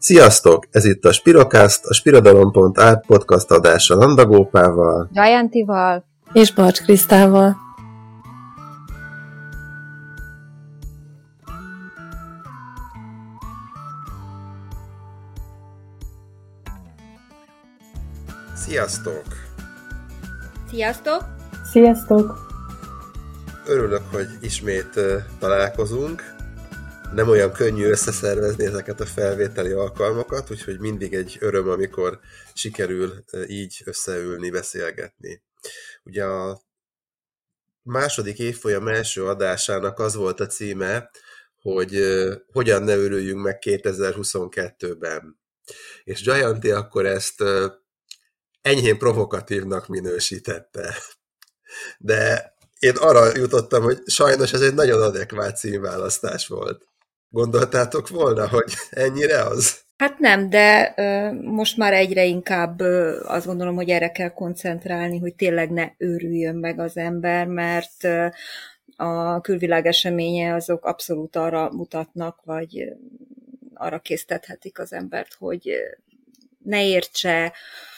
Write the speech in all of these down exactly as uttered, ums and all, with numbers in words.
Sziasztok! Ez itt a Spirocast, a spirodalom pont art podcast adása Landagópával, Jayantival és Barcs Krisztával. Sziasztok! Sziasztok! Sziasztok! Örülök, hogy ismét uh, találkozunk. Nem olyan könnyű összeszervezni ezeket a felvételi alkalmakat, úgyhogy mindig egy öröm, amikor sikerül így összeülni, beszélgetni. Ugye a második évfolyam első adásának az volt a címe, hogy uh, hogyan ne örüljünk meg kétezer-huszonkettőben. És Jayanti akkor ezt uh, enyhén provokatívnak minősítette. De én arra jutottam, hogy sajnos ez egy nagyon adekvát címválasztás volt. Gondoltátok volna, hogy ennyire az? Hát nem, de ö, most már egyre inkább ö, azt gondolom, hogy erre kell koncentrálni, hogy tényleg ne őrüljön meg az ember, mert ö, a külvilág eseménye azok abszolút arra mutatnak, vagy ö, arra késztethetik az embert, hogy ö, ne értse,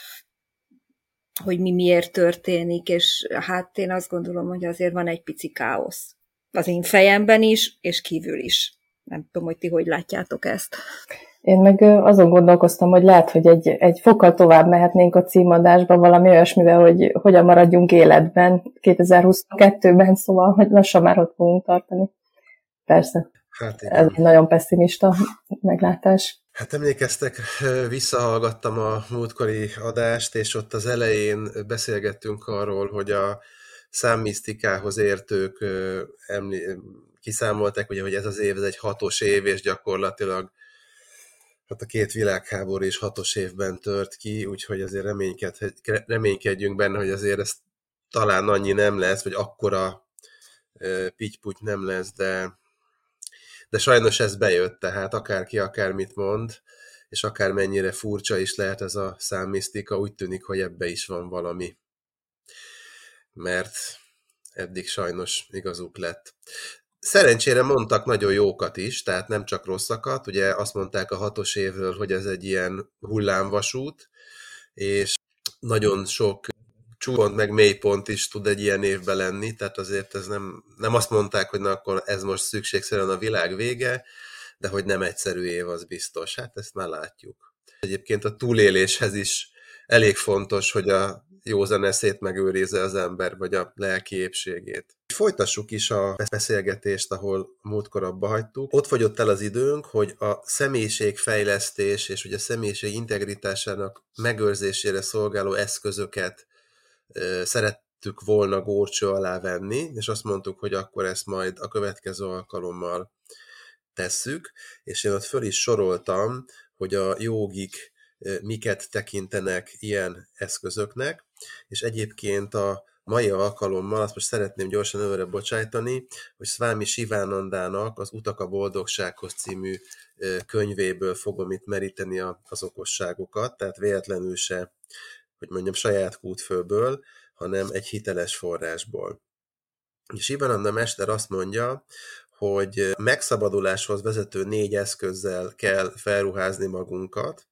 hogy mi miért történik, és hát én azt gondolom, hogy azért van egy pici káosz. Az én fejemben is, és kívül is. Nem tudom, hogy ti hogy látjátok ezt. Én meg azon gondolkoztam, hogy lehet, hogy egy, egy fokkal tovább mehetnénk a címadásba valami olyasmivel, hogy hogyan maradjunk életben kétezer-huszonkettőben, szóval, hogy lassan már ott fogunk tartani. Persze, hát ez egy nagyon pessimista meglátás. Hát emlékeztek, visszahallgattam a múltkori adást, és ott az elején beszélgettünk arról, hogy a számmisztikához értők emlé- kiszámolták, ugye, hogy ez az év ez egy hatos év, és gyakorlatilag hát a két világháború is hatos évben tört ki, úgyhogy azért reménykedjünk benne, hogy azért ez talán annyi nem lesz, vagy akkora pitty-putty nem lesz, de De sajnos ez bejött, tehát akárki akármit mond, és akármennyire furcsa is lehet ez a számmisztika, úgy tűnik, hogy ebbe is van valami. Mert eddig sajnos igazuk lett. Szerencsére mondtak nagyon jókat is, tehát nem csak rosszakat. Ugye azt mondták a hatos évről, hogy ez egy ilyen hullámvasút, és nagyon sok csúpont meg mélypont is tud egy ilyen évben lenni, tehát azért ez nem, nem azt mondták, hogy na akkor ez most szükségszerűen a világ vége, de hogy nem egyszerű év, az biztos. Hát ezt már látjuk. Egyébként a túléléshez is elég fontos, hogy a józan eszét megőrizze az ember, vagy a lelki épségét. Folytassuk is a beszélgetést, ahol múltkor abba hagytuk. Ott fogyott el az időnk, hogy a személyiségfejlesztés és ugye a személyiség integritásának megőrzésére szolgáló eszközöket szerettük volna górcső alá venni, és azt mondtuk, hogy akkor ezt majd a következő alkalommal tesszük, és én ott föl is soroltam, hogy a jógik miket tekintenek ilyen eszközöknek, és egyébként a mai alkalommal azt most szeretném gyorsan előre bocsájtani, hogy Swami Sivanandának az Utak a boldogsághoz című könyvéből fogom itt meríteni az okosságokat, tehát véletlenül se, hogy mondjam, saját kútfőből, hanem egy hiteles forrásból. Sivananda mester azt mondja, hogy megszabaduláshoz vezető négy eszközzel kell felruházni magunkat.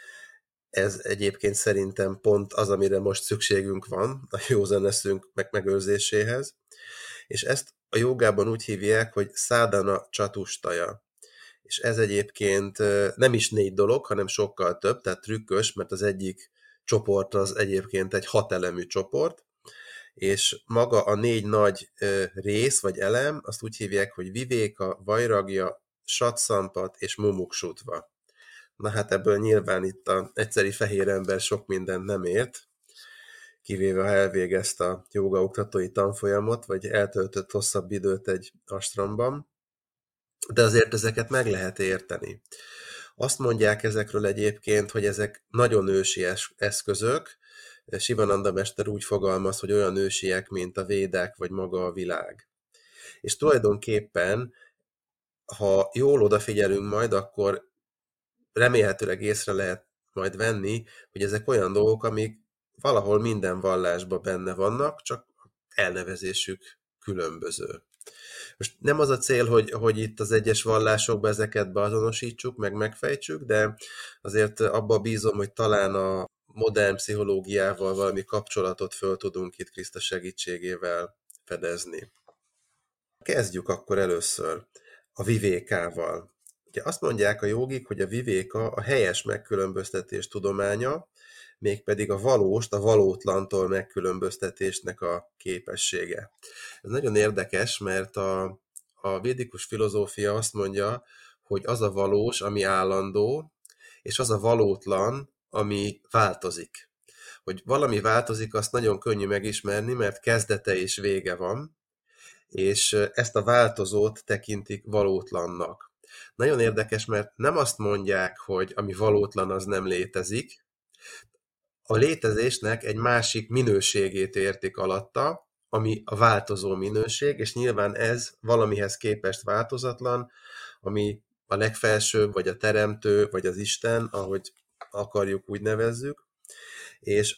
Ez egyébként szerintem pont az, amire most szükségünk van a józan eszünk meg megőrzéséhez. És ezt a jogában úgy hívják, hogy szádana csatustaja. És ez egyébként nem is négy dolog, hanem sokkal több, tehát trükkös, mert az egyik csoport az egyébként egy hatelemű csoport, és maga a négy nagy rész vagy elem, azt úgy hívják, hogy vivéka, vajragja, satszampat és mumuksutva. Na hát ebből nyilván itt az egyszeri fehér ember sok mindent nem ért, kivéve ha elvégezte a jóga oktatói tanfolyamot, vagy eltöltött hosszabb időt egy astromban, de azért ezeket meg lehet érteni. Azt mondják ezekről egyébként, hogy ezek nagyon ősi eszközök. Sivananda mester úgy fogalmaz, hogy olyan ősiek, mint a védák, vagy maga a világ. És tulajdonképpen, ha jól odafigyelünk majd, akkor remélhetőleg észre lehet majd venni, hogy ezek olyan dolgok, amik valahol minden vallásban benne vannak, csak elnevezésük különböző. Most nem az a cél, hogy, hogy itt az egyes vallásokban ezeket beazonosítsuk, meg megfejtsük, de azért abba bízom, hogy talán a modern pszichológiával valami kapcsolatot föl tudunk itt Krisztus segítségével fedezni. Kezdjük akkor először a vivékával. Ugye azt mondják a jógik, hogy a vivéka a helyes megkülönböztetés tudománya, mégpedig a valóst a valótlantól megkülönböztetésnek a képessége. Ez nagyon érdekes, mert a, a védikus filozófia azt mondja, hogy az a valós, ami állandó, és az a valótlan, ami változik. Hogy valami változik, azt nagyon könnyű megismerni, mert kezdete és vége van, és ezt a változót tekintik valótlannak. Nagyon érdekes, mert nem azt mondják, hogy ami valótlan, az nem létezik. A létezésnek egy másik minőségét értik alatta, ami a változó minőség, és nyilván ez valamihez képest változatlan, ami a legfelsőbb, vagy a teremtő, vagy az Isten, ahogy akarjuk, úgy nevezzük, és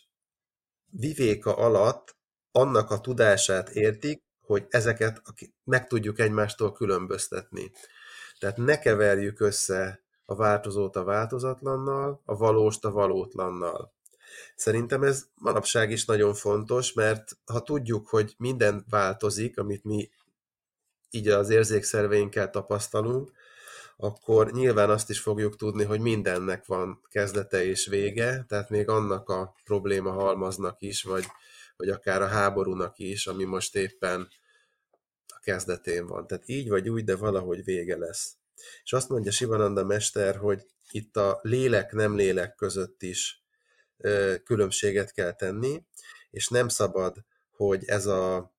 vivéka alatt annak a tudását értik, hogy ezeket meg tudjuk egymástól különböztetni. Tehát ne keverjük össze a változót a változatlannal, a valóst a valótlannal. Szerintem ez manapság is nagyon fontos, mert ha tudjuk, hogy minden változik, amit mi így az érzékszerveinkkel tapasztalunk, akkor nyilván azt is fogjuk tudni, hogy mindennek van kezdete és vége, tehát még annak a probléma halmaznak is, vagy, vagy akár a háborúnak is, ami most éppen a kezdetén van. Tehát így vagy úgy, de valahogy vége lesz. És azt mondja Sivananda mester, hogy itt a lélek-nem lélek között is ö, különbséget kell tenni, és nem szabad, hogy ez a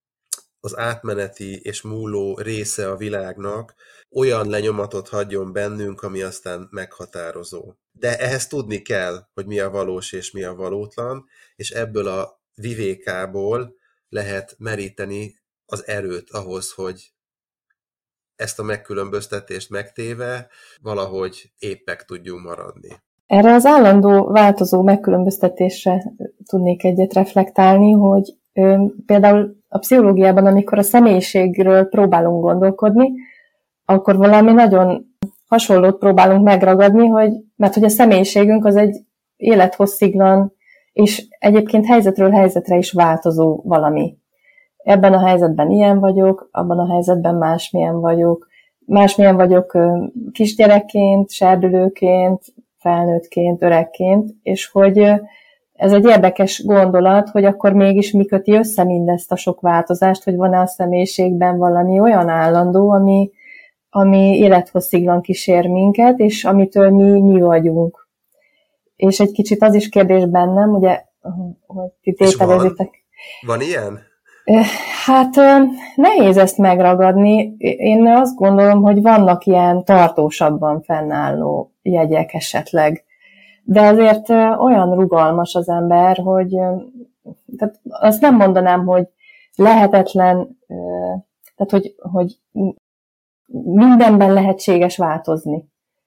az átmeneti és múló része a világnak olyan lenyomatot hagyjon bennünk, ami aztán meghatározó. De ehhez tudni kell, hogy mi a valós és mi a valótlan, és ebből a vivékából lehet meríteni az erőt ahhoz, hogy ezt a megkülönböztetést megtéve valahogy éppek tudjunk maradni. Erre az állandó változó megkülönböztetésre tudnék egyet reflektálni, hogy ö, például a pszichológiában, amikor a személyiségről próbálunk gondolkodni, akkor valami nagyon hasonlót próbálunk megragadni, hogy, mert hogy a személyiségünk az egy élethossziglan, és egyébként helyzetről helyzetre is változó valami. Ebben a helyzetben ilyen vagyok, abban a helyzetben másmilyen vagyok. Másmilyen vagyok kisgyerekként, serdülőként, felnőttként, öregként, és hogy ez egy érdekes gondolat, hogy akkor mégis mi köti össze mindezt a sok változást, hogy van-e a személyiségben valami olyan állandó, ami, ami élethossziglan kísér minket, és amitől mi mi vagyunk. És egy kicsit az is kérdés bennem, ugye, hogy ti tételezitek. Van, van ilyen? Hát nehéz ezt megragadni. Én azt gondolom, hogy vannak ilyen tartósabban fennálló jegyek esetleg. De azért olyan rugalmas az ember, hogy tehát azt nem mondanám, hogy lehetetlen, tehát hogy, hogy mindenben lehetséges változni.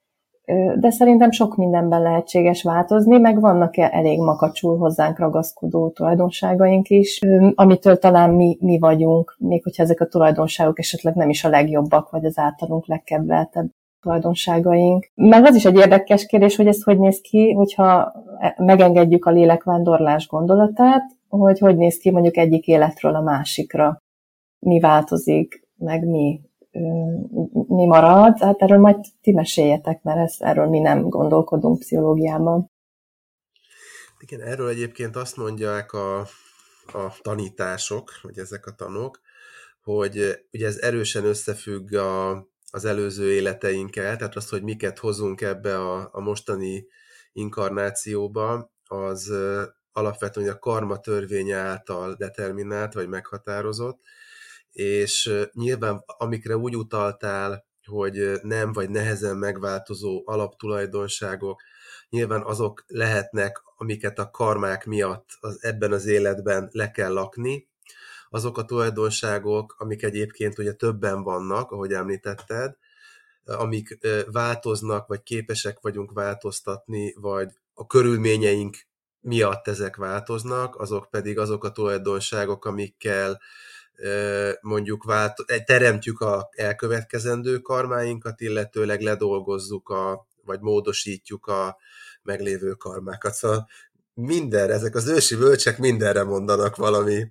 De szerintem sok mindenben lehetséges változni, meg vannak elég makacsul hozzánk ragaszkodó tulajdonságaink is, amitől talán mi, mi vagyunk, még hogyha ezek a tulajdonságok esetleg nem is a legjobbak, vagy az általunk legkedveltebb tulajdonságaink. Meg az is egy érdekes kérdés, hogy ez hogy néz ki, hogyha megengedjük a lélekvándorlás gondolatát, hogy hogy néz ki mondjuk egyik életről a másikra. Mi változik, meg mi, mi marad. Hát erről majd ti meséljetek, mert ezt, erről mi nem gondolkodunk pszichológiában. Igen, erről egyébként azt mondják a, a tanítások, vagy ezek a tanok, hogy ugye ez erősen összefügg a az előző életeinkkel, tehát az, hogy miket hozunk ebbe a, a mostani inkarnációba, az alapvetően a karma törvénye által determinált, vagy meghatározott, és nyilván amikre úgy utaltál, hogy nem vagy nehezen megváltozó alaptulajdonságok, nyilván azok lehetnek, amiket a karmák miatt az, ebben az életben le kell lakni, azok a tulajdonságok, amik egyébként ugye többen vannak, ahogy említetted, amik változnak, vagy képesek vagyunk változtatni, vagy a körülményeink miatt ezek változnak, azok pedig azok a tulajdonságok, amikkel mondjuk vált, teremtjük a elkövetkezendő karmáinkat, illetőleg ledolgozzuk, a, vagy módosítjuk a meglévő karmákat. Szóval mindenre, ezek az ősi bölcsek mindenre mondanak valami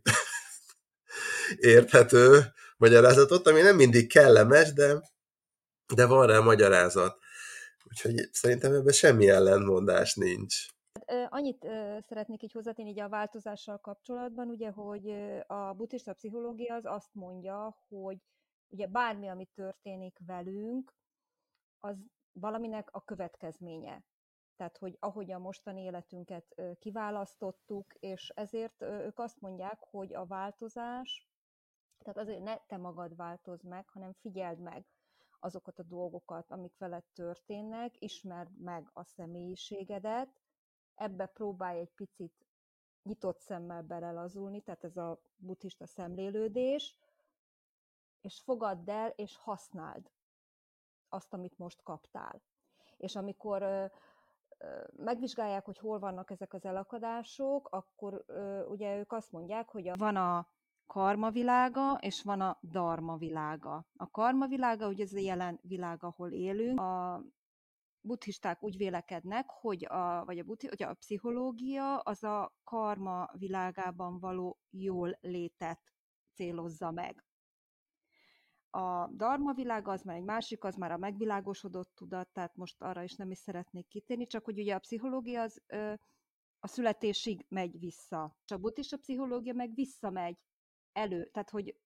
érthető magyarázatot, ami nem mindig kellemes, de, de van rá magyarázat. Úgyhogy szerintem ebben semmi ellentmondás nincs. Annyit szeretnék így hozzátenni így a változással kapcsolatban, ugye, hogy a buddhista pszichológia az azt mondja, hogy ugye bármi, ami történik velünk, az valaminek a következménye. Tehát, hogy ahogy a mostani életünket kiválasztottuk, és ezért ők azt mondják, hogy a változás, tehát azért ne te magad változz meg, hanem figyeld meg azokat a dolgokat, amik veled történnek, ismerd meg a személyiségedet, ebbe próbálj egy picit nyitott szemmel belelazulni, tehát ez a buddhista szemlélődés, és fogadd el, és használd azt, amit most kaptál. És amikor ö, ö, megvizsgálják, hogy hol vannak ezek az elakadások, akkor ö, ugye ők azt mondják, hogy a, van a karma világa, és van a dharma világa. A karma világa, ugye ez a jelen világ, ahol élünk. A buddhisták úgy vélekednek, hogy a, vagy a, buddhi, hogy a pszichológia az a karma világában való jól létet célozza meg. A dharma világa az már egy másik, az már a megvilágosodott tudat, tehát most arra is nem is szeretnék kitérni, csak hogy ugye a pszichológia az ö, a születésig megy vissza. És a buddhista pszichológia meg visszamegy elő, tehát hogy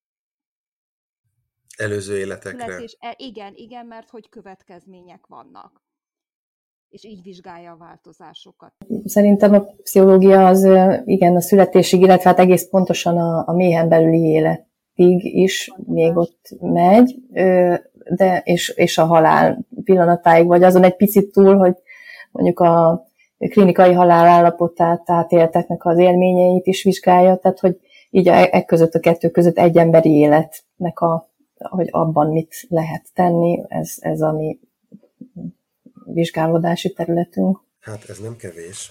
előző életekre. Születés, igen, igen, mert hogy következmények vannak. És így vizsgálja a változásokat. Szerintem a pszichológia az igen a születésig, illetve hát egész pontosan a, a mélyen belüli életig is még ott megy, de és, és a halál pillanatáig, vagy azon egy picit túl, hogy mondjuk a klinikai halál állapotát átélteknek az élményeit is vizsgálja, tehát hogy így e között a kettő között egy emberi életnek a, hogy abban mit lehet tenni, ez, ez a mi vizsgálódási területünk. Hát ez nem kevés.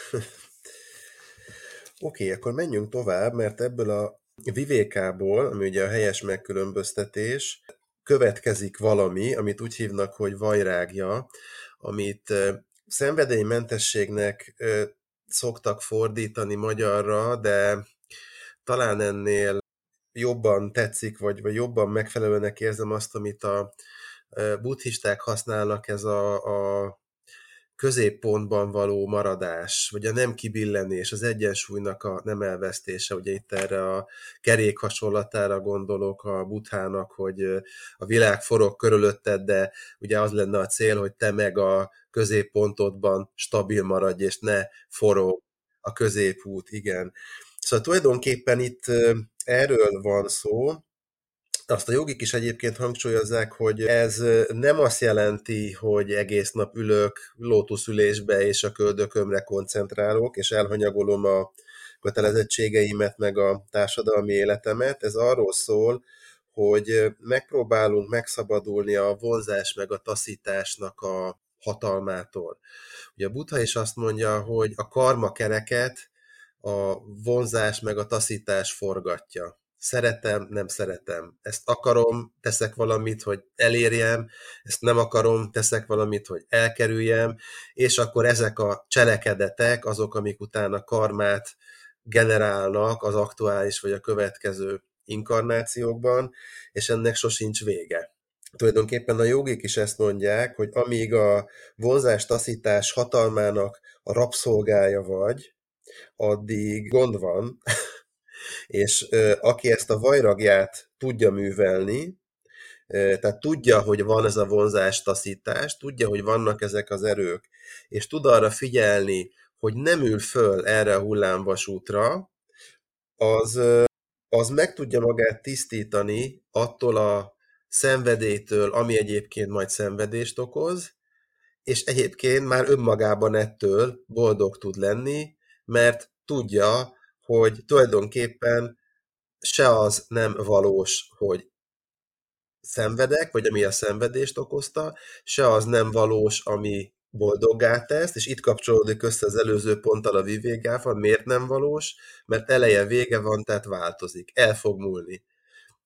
Oké, okay, akkor menjünk tovább, mert ebből a vivékából, ami ugye a helyes megkülönböztetés, következik valami, amit úgy hívnak, hogy vajrágja, amit szenvedélymentességnek szoktak fordítani magyarra, de talán ennél jobban tetszik, vagy, vagy jobban megfelelőnek érzem azt, amit a buddhisták használnak, ez a, a középpontban való maradás, vagy a nem kibillenés, az egyensúlynak a nem elvesztése. Ugye itt erre a kerék hasonlatára gondolok a Buddhának, hogy a világ forog körülötted, de ugye az lenne a cél, hogy te meg a középpontodban stabil maradj, és ne forog a középút, igen. Szóval tulajdonképpen itt erről van szó. Azt a jogik is egyébként hangsúlyozzák, hogy ez nem azt jelenti, hogy egész nap ülök lótuszülésbe és a köldökömre koncentrálok, és elhanyagolom a kötelezettségeimet, meg a társadalmi életemet. Ez arról szól, hogy megpróbálunk megszabadulni a vonzás meg a taszításnak a hatalmától. Ugye a Buddha is azt mondja, hogy a karma kereket a vonzás meg a taszítás forgatja. Szeretem, nem szeretem. Ezt akarom, teszek valamit, hogy elérjem, ezt nem akarom, teszek valamit, hogy elkerüljem, és akkor ezek a cselekedetek azok, amik utána karmát generálnak az aktuális vagy a következő inkarnációkban, és ennek sosincs vége. Tulajdonképpen a jogik is ezt mondják, hogy amíg a vonzás-taszítás hatalmának a rabszolgája vagy, addig gond van, és ö, aki ezt a vajragját tudja művelni, ö, tehát tudja, hogy van ez a vonzás-taszítás, tudja, hogy vannak ezek az erők, és tud arra figyelni, hogy nem ül föl erre a hullámvasútra, az, ö, az meg tudja magát tisztítani attól a szenvedélytől, ami egyébként majd szenvedést okoz, és egyébként már önmagában ettől boldog tud lenni, mert tudja, hogy tulajdonképpen se az nem valós, hogy szenvedek, vagy ami a szenvedést okozta, se az nem valós, ami boldoggá tesz, és itt kapcsolódik össze az előző ponttal a vivékával, miért nem valós, mert eleje vége van, tehát változik, el fog múlni.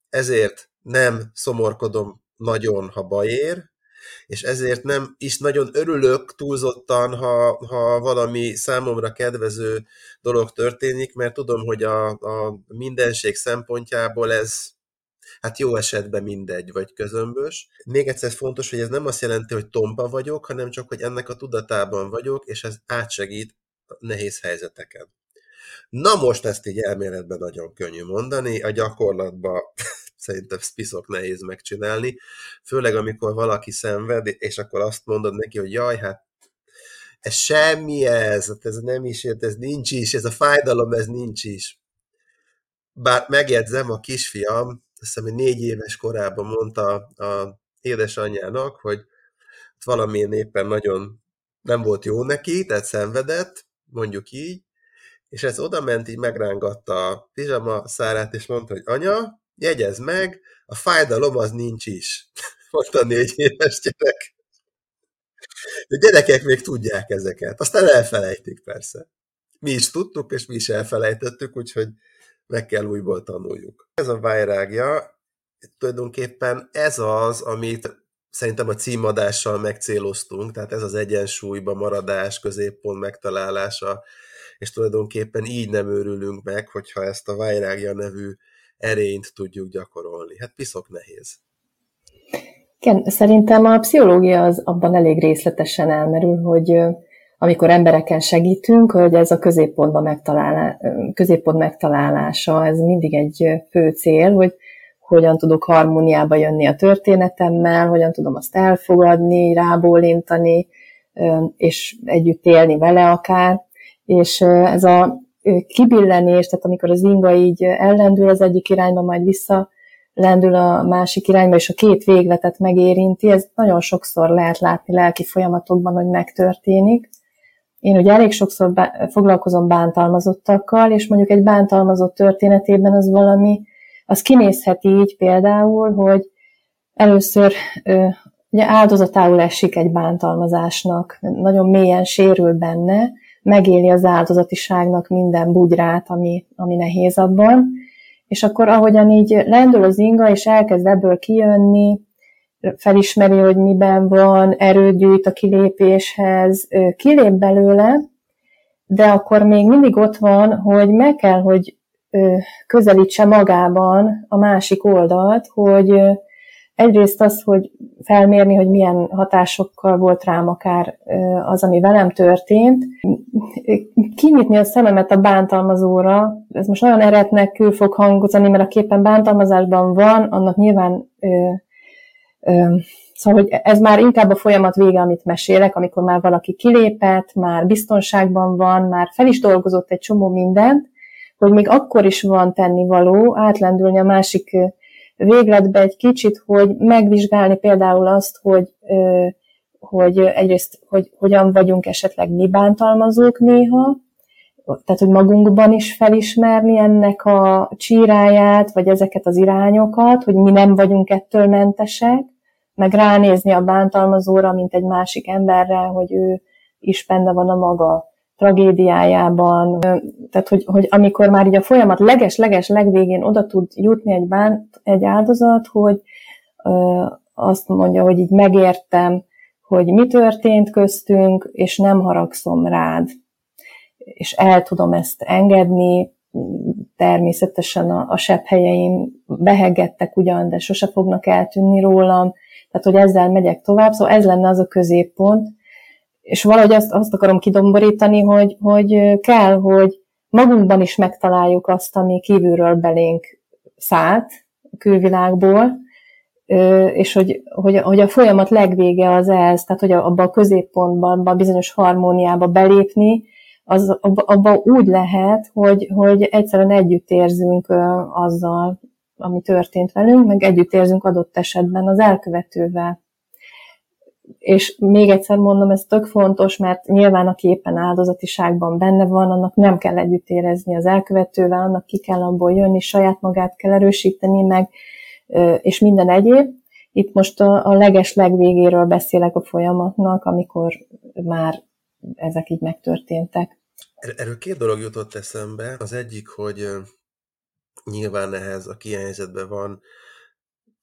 ezért nem szomorkodom nagyon, ha baj ér, és ezért nem is nagyon örülök túlzottan, ha, ha valami számomra kedvező dolog történik, mert tudom, hogy a, a mindenség szempontjából ez hát jó esetben mindegy, vagy közömbös. Még egyszer fontos, hogy ez nem azt jelenti, hogy tompa vagyok, hanem csak, hogy ennek a tudatában vagyok, és ez átsegít a nehéz helyzeteken. Na most ezt így elméletben nagyon könnyű mondani, a gyakorlatban szerintem piszok nehéz megcsinálni, főleg amikor valaki szenved, és akkor azt mondod neki, hogy jaj, hát ez semmi ez, ez nem is, ez nincs is, ez a fájdalom, ez nincs is. Bár megjegyzem, a kisfiam, azt hiszem, hogy négy éves korában mondta a édesanyjának, hogy valamilyen éppen nagyon nem volt jó neki, tehát szenvedett, mondjuk így, és ez oda ment, így megrángatta a pizsama szárát, és mondta, hogy anya, jegyezd meg, a fájdalom az nincs is. Mondta a négy éves gyerek. A gyerekek még tudják ezeket, aztán elfelejtik persze. Mi is tudtuk, és mi is elfelejtettük, úgyhogy meg kell újból tanuljuk. Ez a vájrágja, tulajdonképpen ez az, amit szerintem a címadással megcéloztunk, tehát ez az egyensúlyba maradás, középpont megtalálása, és tulajdonképpen így nem őrülünk meg, hogyha ezt a vájrágja nevű erényt tudjuk gyakorolni. Hát piszok nehéz. Igen, szerintem a pszichológia az abban elég részletesen elmerül, hogy amikor embereken segítünk, hogy ez a középpont, megtalálá, középpont megtalálása, ez mindig egy fő cél, hogy hogyan tudok harmóniába jönni a történetemmel, hogyan tudom azt elfogadni, rábólintani, és együtt élni vele akár. És ez a kibillenés, tehát amikor az inga így ellendül az egyik irányba, majd visszalendül a másik irányba, és a két végletet megérinti, ez nagyon sokszor lehet látni lelki folyamatokban, hogy megtörténik. Én ugye elég sokszor foglalkozom bántalmazottakkal, és mondjuk egy bántalmazott történetében az valami, az kinézhet így például, hogy először ugye áldozatául esik egy bántalmazásnak, nagyon mélyen sérül benne, megéli az áldozatiságnak minden bugyrát, ami, ami nehéz abban, és akkor ahogyan így lendül az inga, és elkezd ebből kijönni, felismeri, hogy miben van, erőt gyűjt a kilépéshez, kilép belőle, de akkor még mindig ott van, hogy meg kell, hogy közelítse magában a másik oldalt, hogy egyrészt az, hogy felmérni, hogy milyen hatásokkal volt rám akár az, ami velem történt, kinyitni a szememet a bántalmazóra, ez most nagyon eretnekül fog hangozani, mert aképpen bántalmazásban van, annak nyilván ö, ö, szóval, hogy ez már inkább a folyamat vége, amit mesélek, amikor már valaki kilépett, már biztonságban van, már fel is dolgozott egy csomó mindent, hogy még akkor is van tennivaló, átlendülni a másik végletbe egy kicsit, hogy megvizsgálni például azt, hogy, hogy egyrészt, hogy hogyan vagyunk esetleg mi bántalmazók néha, tehát, hogy magunkban is felismerni ennek a csíráját, vagy ezeket az irányokat, hogy mi nem vagyunk ettől mentesek, meg ránézni a bántalmazóra, mint egy másik emberre, hogy ő is benne van a maga tragédiájában. Tehát, hogy, hogy amikor már így a folyamat leges-leges legvégén oda tud jutni egy, bánt, egy áldozat, hogy ö, azt mondja, hogy így megértem, hogy mi történt köztünk, és nem haragszom rád. És el tudom ezt engedni, természetesen a, a sebhelyeim beheggettek ugyan, de sose fognak eltűnni rólam, tehát, hogy ezzel megyek tovább, szóval ez lenne az a középpont, és valahogy azt, azt akarom kidomborítani, hogy, hogy kell, hogy magunkban is megtaláljuk azt, ami kívülről belénk szállt a külvilágból, és hogy, hogy, hogy a folyamat legvége az ez, tehát hogy abban a középpontban, abban a bizonyos harmóniába belépni, az, abban úgy lehet, hogy, hogy egyszerűen együtt érzünk azzal, ami történt velünk, meg együtt érzünk adott esetben az elkövetővel. És még egyszer mondom, ez tök fontos, mert nyilván aki éppen áldozatiságban benne van, annak nem kell együtt érezni az elkövetővel, annak ki kell abból jönni, saját magát kell erősíteni meg, és minden egyéb. Itt most a, a leges legvégéről beszélek a folyamatnak, amikor már ezek így megtörténtek. Erről két dolog jutott eszembe. Az egyik, hogy nyilván ehhez, aki ilyen helyzetben van,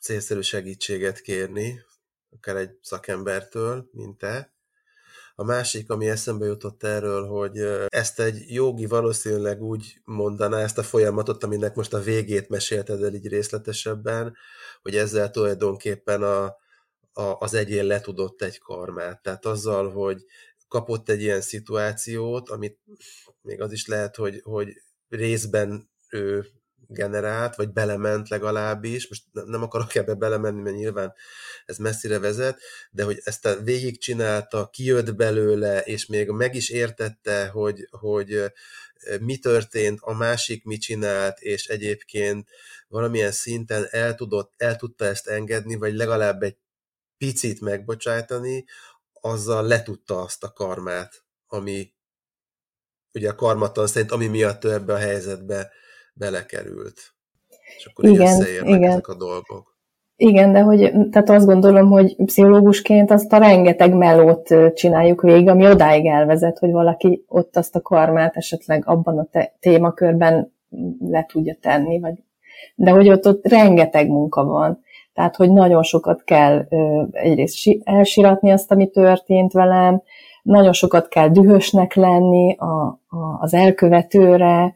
célszerű segítséget kérni, akár egy szakembertől, mint te. A másik, ami eszembe jutott erről, hogy ezt egy jogi valószínűleg úgy mondaná, ezt a folyamatot, aminek most a végét mesélted el így részletesebben, hogy ezzel tulajdonképpen a, a, az egyén letudott egy karmát. Tehát azzal, hogy kapott egy ilyen szituációt, amit még az is lehet, hogy, hogy részben ő generált, vagy belement legalábbis, most nem akarok ebbe belemenni, mert nyilván ez messzire vezet, de hogy ezt a végigcsinálta, kijött belőle, és még meg is értette, hogy, hogy mi történt, a másik mit csinált, és egyébként valamilyen szinten el, tudott, el tudta ezt engedni, vagy legalább egy picit megbocsájtani, azzal letudta azt a karmát, ami ugye a karmatan szerint, ami miatt ő ebbe a helyzetbe belekerült. És akkor igen, így összeérnek igen. ezek a dolgok. Igen, de hogy, tehát azt gondolom, hogy pszichológusként azt a rengeteg melót csináljuk végig, ami odáig elvezet, hogy valaki ott azt a karmát esetleg abban a te- témakörben le tudja tenni, vagy... de hogy ott, ott rengeteg munka van. Tehát, hogy nagyon sokat kell egyrészt elsiratni azt, ami történt velem, nagyon sokat kell dühösnek lenni a, a, az elkövetőre,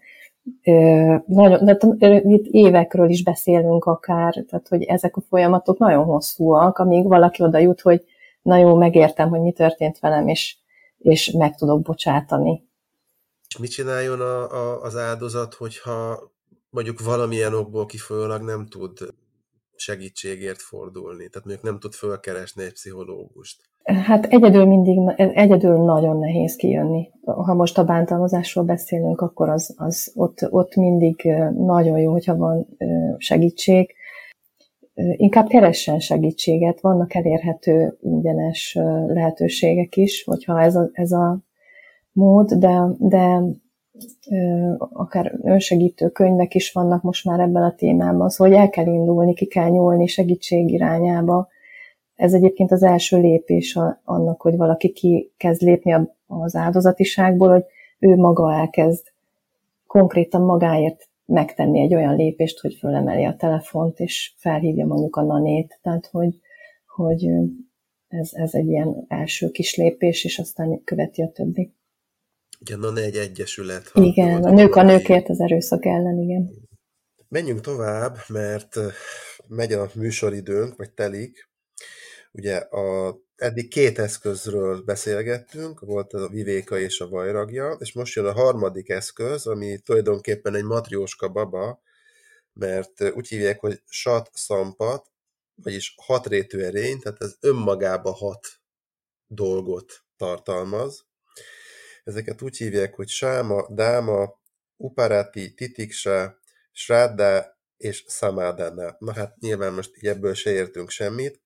nagyon, de itt évekről is beszélünk akár, tehát hogy ezek a folyamatok nagyon hosszúak, amíg valaki oda jut, hogy na jó, megértem, hogy mi történt velem, és, és meg tudok bocsátani. És mit csináljon a, a, az áldozat, hogyha mondjuk valamilyen okból kifolyólag nem tud segítségért fordulni, tehát mondjuk nem tud fölkeresni egy pszichológust? Hát egyedül mindig, egyedül nagyon nehéz kijönni. Ha most a bántalmazásról beszélünk, akkor az, az ott, ott mindig nagyon jó, hogyha van segítség. Inkább keressen segítséget, vannak elérhető ingyenes lehetőségek is, hogyha ez a, ez a mód, de, de akár önsegítő könyvek is vannak most már ebben a témában, szóval hogy el kell indulni, ki kell nyúlni segítség irányába. Ez egyébként az első lépés annak, hogy valaki ki kezd lépni az áldozatiságból, hogy ő maga elkezd konkrétan magáért megtenni egy olyan lépést, hogy fölemeli a telefont, és felhívja mondjuk a nanét. Tehát, hogy, hogy ez, ez egy ilyen első kis lépés, és aztán követi a többi. Ugye a NANE egy egyesület. Igen, a nők a nőkért az erőszak ellen, igen. Menjünk tovább, mert megy a műsoridőnk, vagy telik. Ugye a, eddig két eszközről beszélgettünk, volt a Vivéka és a Vajragja, és most jön a harmadik eszköz, ami tulajdonképpen egy matrióska baba, mert úgy hívják, hogy sat szampat, vagyis hatrétű erény, tehát ez önmagában hat dolgot tartalmaz. Ezeket úgy hívják, hogy sáma, dáma, uparati, titiksa, sráddá és samádana. Na hát nyilván most így ebből se értünk semmit,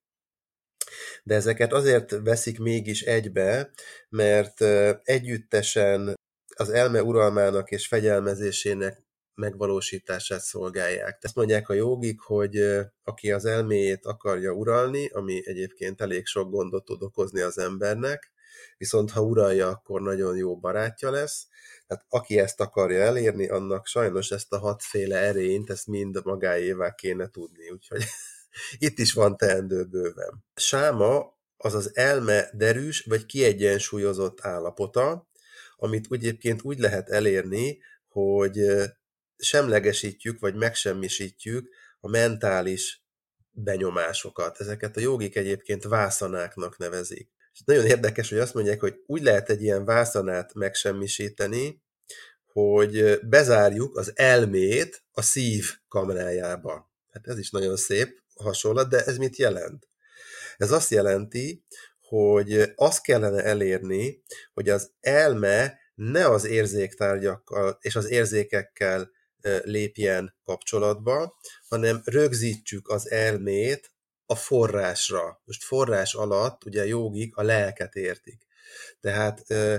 de ezeket azért veszik mégis egybe, mert együttesen az elme uralmának és fegyelmezésének megvalósítását szolgálják. Ezt mondják a jógik, hogy aki az elméjét akarja uralni, ami egyébként elég sok gondot tud okozni az embernek, viszont ha uralja, akkor nagyon jó barátja lesz. Tehát aki ezt akarja elérni, annak sajnos ezt a hatféle erényt, ezt mind magáévá kéne tudni, úgyhogy itt is van teendő bőven. Sáma az az elme derűs vagy kiegyensúlyozott állapota, amit egyébként úgy lehet elérni, hogy semlegesítjük vagy megsemmisítjük a mentális benyomásokat. Ezeket a jógik egyébként vászanáknak nevezik. És nagyon érdekes, hogy azt mondják, hogy úgy lehet egy ilyen vászanát megsemmisíteni, hogy bezárjuk az elmét a szív kamrájába. Hát ez is nagyon szép hasonlat, de ez mit jelent? Ez azt jelenti, hogy azt kellene elérni, hogy az elme ne az érzéktárgyakkal és az érzékekkel lépjen kapcsolatba, hanem rögzítsük az elmét a forrásra. Most forrás alatt ugye jógik a lelket értik. Tehát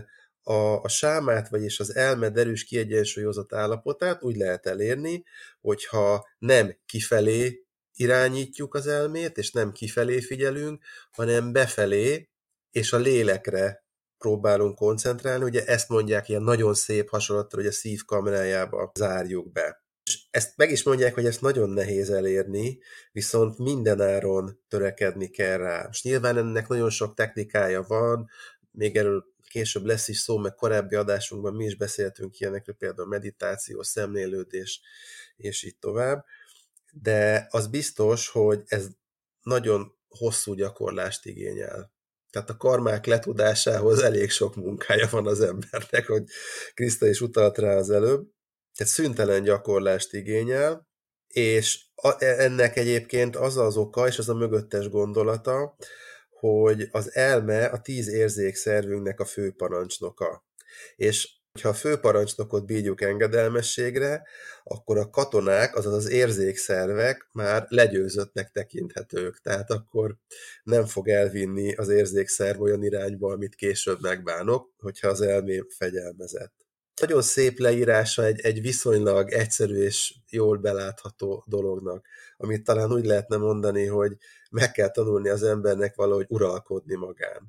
a, a sámát, vagyis az elme derűs kiegyensúlyozott állapotát úgy lehet elérni, hogyha nem kifelé irányítjuk az elmét, és nem kifelé figyelünk, hanem befelé, és a lélekre próbálunk koncentrálni. Ugye ezt mondják ilyen nagyon szép hasonlattal, hogy a szív kamrájába zárjuk be. És ezt meg is mondják, hogy ezt nagyon nehéz elérni, viszont mindenáron törekedni kell rá. És nyilván ennek nagyon sok technikája van, még erről később lesz is szó, meg korábbi adásunkban mi is beszéltünk ilyenekről, például meditáció, szemlélődés, és így tovább. De az biztos, hogy ez nagyon hosszú gyakorlást igényel. Tehát a karmák letudásához elég sok munkája van az embernek, hogy Kriszta is utalt rá az előbb. Tehát szüntelen gyakorlást igényel, és ennek egyébként az az oka, és az a mögöttes gondolata, hogy az elme a tíz érzékszervünknek a főparancsnoka. És ha a főparancsnokot bígyuk engedelmességre, akkor a katonák, azaz az érzékszervek már legyőzöttnek tekinthetők. Tehát akkor nem fog elvinni az érzékszerv olyan irányba, amit később megbánok, hogyha az elmém fegyelmezett. Nagyon szép leírása egy, egy viszonylag egyszerű és jól belátható dolognak, amit talán úgy lehetne mondani, hogy meg kell tanulni az embernek valahogy uralkodni magán.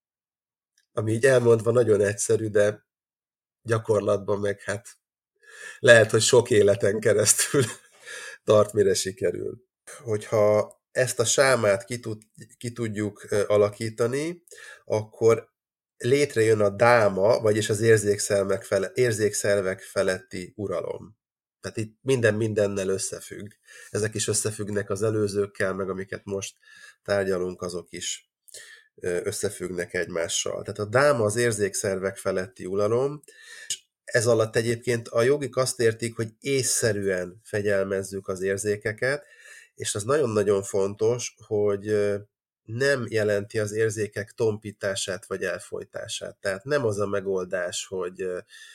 Ami így elmondva nagyon egyszerű, de gyakorlatban meg hát lehet, hogy sok életen keresztül tart, mire sikerül. Hogyha ezt a sámát ki, tud, ki tudjuk alakítani, akkor létrejön a dáma, vagyis az érzékszervek, fele, érzékszervek feletti uralom. Tehát itt minden mindennel összefügg. Ezek is összefüggnek az előzőkkel, meg amiket most tárgyalunk, azok is összefüggnek egymással. Tehát a dáma az érzékszervek feletti uralom, és ez alatt egyébként a jogik azt értik, hogy észszerűen fegyelmezzük az érzékeket, és az nagyon-nagyon fontos, hogy nem jelenti az érzékek tompítását vagy elfojtását. Tehát nem az a megoldás, hogy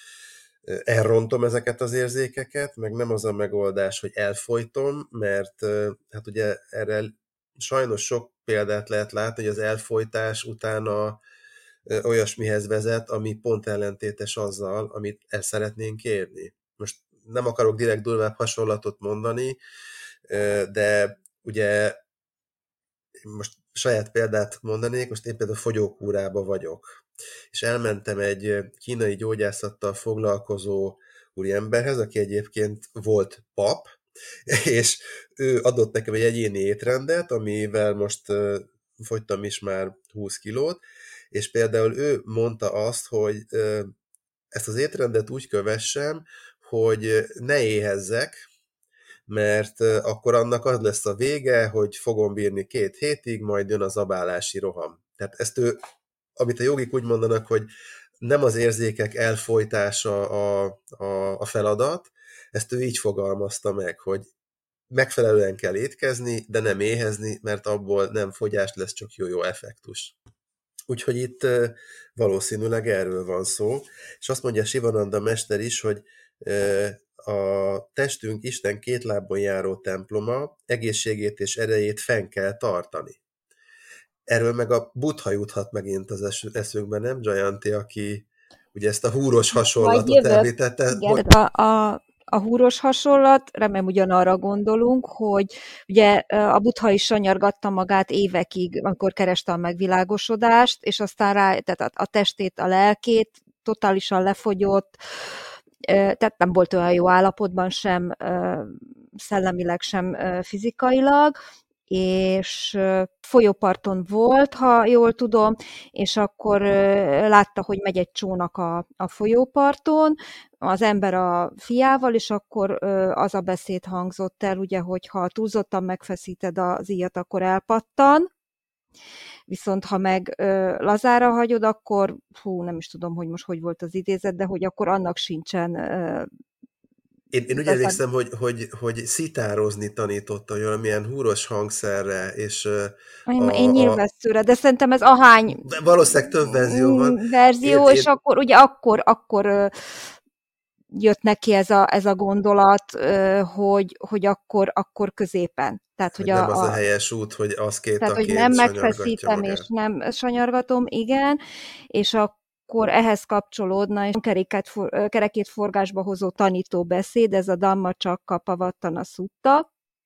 elrontom ezeket az érzékeket, meg nem az a megoldás, hogy elfojtom, mert hát ugye erre sajnos sok példát lehet látni, hogy az elfojtás utána olyasmihez vezet, ami pont ellentétes azzal, amit el szeretnénk érni. Most nem akarok direkt durvább hasonlatot mondani, de ugye most saját példát mondanék, most én például fogyókúrába vagyok, és elmentem egy kínai gyógyászattal foglalkozó úriemberhez, aki egyébként volt pap, és ő adott nekem egy egyéni étrendet, amivel most fogytam is már húsz kilót, és például ő mondta azt, hogy ezt az étrendet úgy kövessem, hogy ne éhezzek, mert akkor annak az lesz a vége, hogy fogom bírni két hétig, majd jön az abálási roham. Tehát ezt ő, amit a jogik úgy mondanak, hogy nem az érzékek elfojtása a, a, a feladat, ezt ő így fogalmazta meg, hogy megfelelően kell étkezni, de nem éhezni, mert abból nem fogyás lesz, csak jó-jó effektus. Úgyhogy itt valószínűleg erről van szó, és azt mondja Sivananda mester is, hogy a testünk Isten két lábon járó temploma, egészségét és erejét fenn kell tartani. Erről meg a Buddha juthat megint az eszünkbe, nem Jayanti, aki ugye ezt a húros hasonlatot említette. Igen, hogy... a, a, a húros hasonlat, remélem ugyanarra gondolunk, hogy ugye a Buddha is sanyargatta magát évekig, amikor kereste a megvilágosodást, és aztán rá, tehát a, a testét, a lelkét totálisan lefogyott, tehát nem volt olyan jó állapotban sem szellemileg, sem fizikailag, és folyóparton volt, ha jól tudom, és akkor látta, hogy megy egy csónak a, a folyóparton, az ember a fiával, és akkor az a beszéd hangzott el, ugye, hogy ha túlzottan megfeszíted az íjat, akkor elpattan, viszont ha meg ö, lazára hagyod, akkor, hú, nem is tudom, hogy most hogy volt az idézet, de hogy akkor annak sincsen... Ö, én, én úgy emlékszem, hogy, hogy, hogy szitározni tanította, hogy valamilyen húros hangszerre, és... Én, a, én nyilvesszőre, de szerintem ez ahány... Valószínűleg több verzió van. Verzió, én, és én... akkor ugye akkor, akkor ö, jött neki ez a, ez a gondolat, ö, hogy, hogy akkor, akkor középen. Tehát, hogy, hogy a, nem az a helyes út, hogy az két tehát, a két hogy nem megfeszítem és nem sanyargatom, igen, és akkor ehhez kapcsolódna, és keréket, for, kerekét forgásba hozó tanító beszéd, ez a Dhammacakka Pavattana Szutta,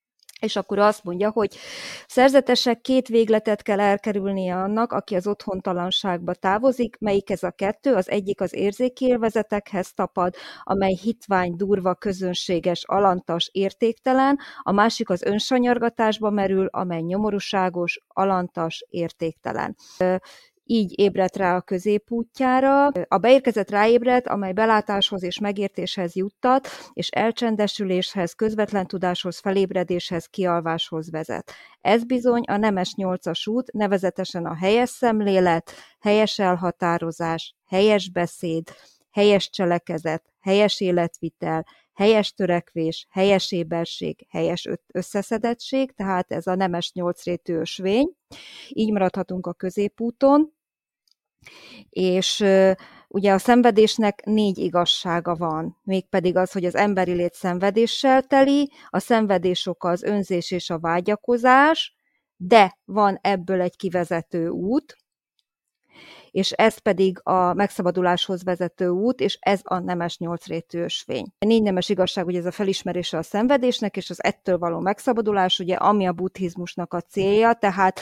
És akkor azt mondja, hogy szerzetesek két végletet kell elkerülnie annak, aki az otthontalanságba távozik, melyik ez a kettő, az egyik az érzékélvezetekhez tapad, amely hitvány, durva, közönséges, alantas, értéktelen, a másik az önsanyargatásba merül, amely nyomorúságos, alantas, értéktelen. Így ébredt rá a középútjára. A beérkezett ráébredt, amely belátáshoz és megértéshez juttat, és elcsendesüléshez, közvetlen tudáshoz, felébredéshez, kialváshoz vezet. Ez bizony a nemes nyolcas út, nevezetesen a helyes szemlélet, helyes elhatározás, helyes beszéd, helyes cselekezet, helyes életvitel, helyes törekvés, helyes éberség, helyes összeszedettség, tehát ez a nemes nyolcrétű ösvény. Így maradhatunk a középúton, és ugye a szenvedésnek négy igazsága van, mégpedig az, hogy az emberi lét szenvedéssel teli, a szenvedés oka az önzés és a vágyakozás, de van ebből egy kivezető út, és ez pedig a megszabaduláshoz vezető út, és ez a nemes nyolcrétű ösvény. A négy nemes igazság, ugye ez a felismerése a szenvedésnek, és az ettől való megszabadulás, ugye ami a buddhizmusnak a célja, tehát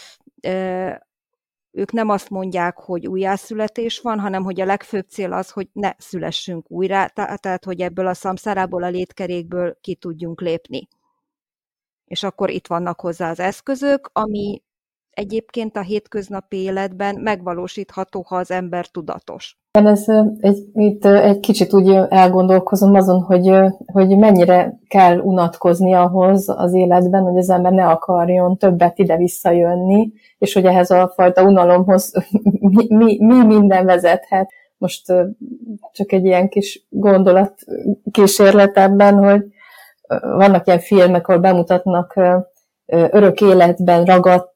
e, ők nem azt mondják, hogy újjászületés van, hanem hogy a legfőbb cél az, hogy ne szülessünk újra, tehát hogy ebből a szamszárából, a létkerékből ki tudjunk lépni. És akkor itt vannak hozzá az eszközök, ami egyébként a hétköznapi életben megvalósítható, ha az ember tudatos. Ez egy, itt egy kicsit úgy elgondolkozom azon, hogy, hogy mennyire kell unatkozni ahhoz az életben, hogy az ember ne akarjon többet ide-vissza jönni, és hogy ehhez a fajta unalomhoz mi, mi, mi minden vezethet. Most csak egy ilyen kis gondolat kísérlet ebben, hogy vannak ilyen filmek, ahol bemutatnak örök életben ragadt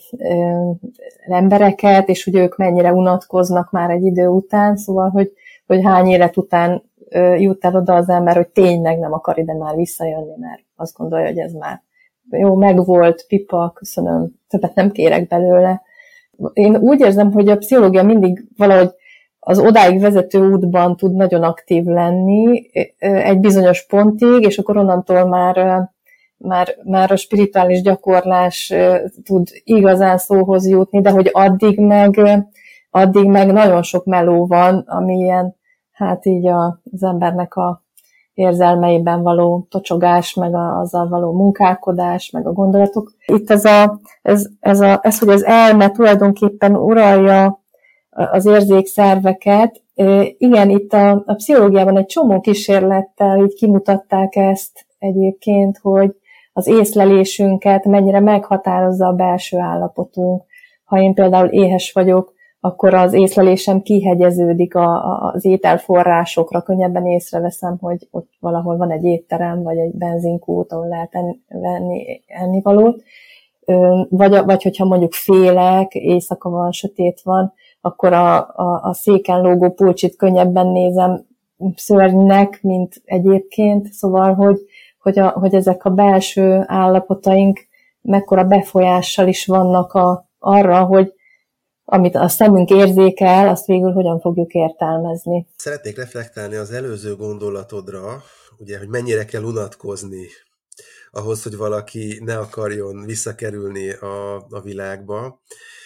embereket, és hogy ők mennyire unatkoznak már egy idő után, szóval, hogy, hogy hány élet után jut el oda az ember, hogy tényleg nem akar ide már visszajönni, mert azt gondolja, hogy ez már jó, megvolt, pipa, köszönöm, többet nem kérek belőle. Én úgy érzem, hogy a pszichológia mindig valahogy az odáig vezető útban tud nagyon aktív lenni egy bizonyos pontig, és akkor onnantól már Már, már a spirituális gyakorlás tud igazán szóhoz jutni, de hogy addig meg, addig meg nagyon sok meló van, ami ilyen, hát így a, az embernek a érzelmeiben való tocsogás, meg a, azzal való munkálkodás, meg a gondolatok. Itt ez, a, ez, ez, a, ez, hogy az elme tulajdonképpen uralja az érzékszerveket. Igen, itt a, a pszichológiában egy csomó kísérlettel így kimutatták ezt egyébként, hogy az észlelésünket mennyire meghatározza a belső állapotunk. Ha én például éhes vagyok, akkor az észlelésem kihegyeződik a, a, az ételforrásokra, könnyebben észreveszem, hogy ott valahol van egy étterem, vagy egy benzinkút, ahol lehet venni ennivalót. Vagy, vagy hogyha mondjuk félek, éjszaka van, sötét van, akkor a, a, a széken lógó pulcsit könnyebben nézem szörnynek, mint egyébként. Szóval, hogy Hogy, a, hogy ezek a belső állapotaink mekkora befolyással is vannak a, arra, hogy amit a szemünk érzékel, azt végül hogyan fogjuk értelmezni. Szeretnék reflektálni az előző gondolatodra, ugye, hogy mennyire kell unatkozni ahhoz, hogy valaki ne akarjon visszakerülni a, a világba.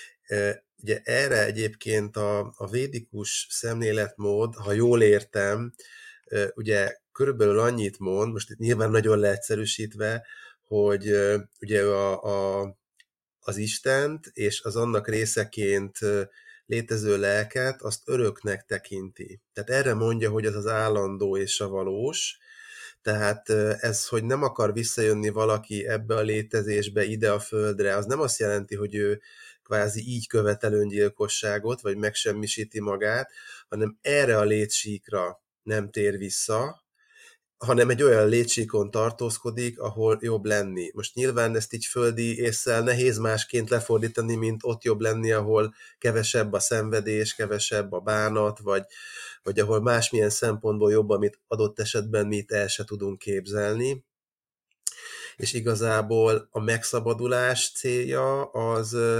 Ugye erre egyébként a, a védikus szemléletmód, ha jól értem, ugye körülbelül annyit mond, most itt nyilván nagyon leegyszerűsítve, hogy ugye a, a, az Istent és az annak részeként létező lelket azt öröknek tekinti. Tehát erre mondja, hogy az az állandó és a valós. Tehát ez, hogy nem akar visszajönni valaki ebbe a létezésbe, ide a földre, az nem azt jelenti, hogy ő kvázi így követel öngyilkosságot, vagy megsemmisíti magát, hanem erre a létsíkra nem tér vissza, hanem egy olyan létsíkon tartózkodik, ahol jobb lenni. Most nyilván ezt így földi ésszel nehéz másként lefordítani, mint ott jobb lenni, ahol kevesebb a szenvedés, kevesebb a bánat, vagy, vagy ahol másmilyen szempontból jobb, amit adott esetben mi itt el se tudunk képzelni. És igazából a megszabadulás célja az,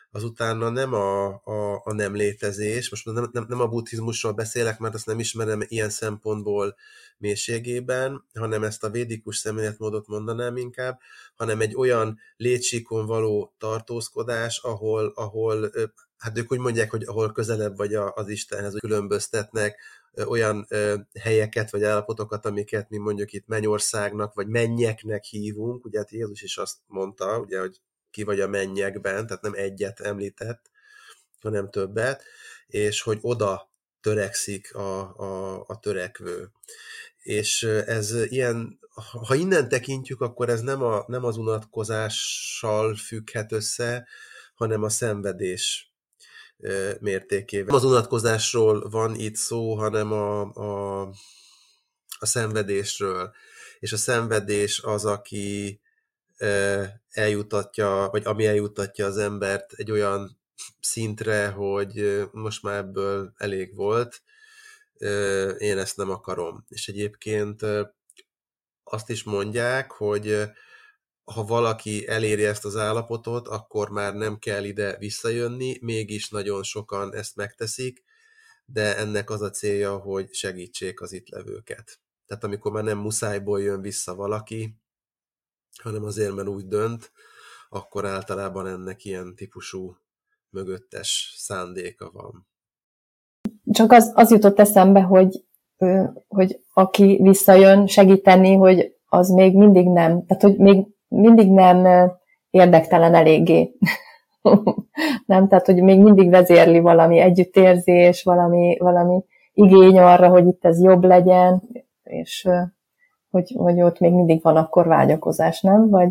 az utána nem a, a, a nem létezés, most nem, nem, nem a buddhizmusról beszélek, mert azt nem ismerem ilyen szempontból mélységében, hanem ezt a védikus szemléletmódot mondanám inkább, hanem egy olyan létsíkon való tartózkodás, ahol, ahol hát ők úgy mondják, hogy ahol közelebb vagy az Istenhez, hogy különböztetnek olyan helyeket vagy állapotokat, amiket mi mondjuk itt mennyországnak vagy mennyeknek hívunk, ugye hát Jézus is azt mondta, ugye, hogy ki vagy a mennyekben, tehát nem egyet említett, hanem többet, és hogy oda törekszik a, a, a törekvő. És ez ilyen, ha innen tekintjük, akkor ez nem, a, nem az unatkozással függhet össze, hanem a szenvedés mértékével. Nem az unatkozásról van itt szó, hanem a, a, a szenvedésről. És a szenvedés az, aki eljutatja, vagy ami eljutatja az embert egy olyan szintre, hogy most már ebből elég volt, én ezt nem akarom. És egyébként azt is mondják, hogy ha valaki eléri ezt az állapotot, akkor már nem kell ide visszajönni, mégis nagyon sokan ezt megteszik, de ennek az a célja, hogy segítsék az itt levőket. Tehát amikor már nem muszájból jön vissza valaki, hanem azért, mert úgy dönt, akkor általában ennek ilyen típusú mögöttes szándéka van. Csak az, az jutott eszembe, hogy, hogy aki visszajön segíteni, hogy az még mindig nem, tehát hogy még mindig nem érdektelen eléggé. Nem, tehát hogy még mindig vezérli valami együttérzés, valami, valami igény arra, hogy itt ez jobb legyen, és hogy, hogy ott még mindig van akkor vágyakozás, nem? Vagy...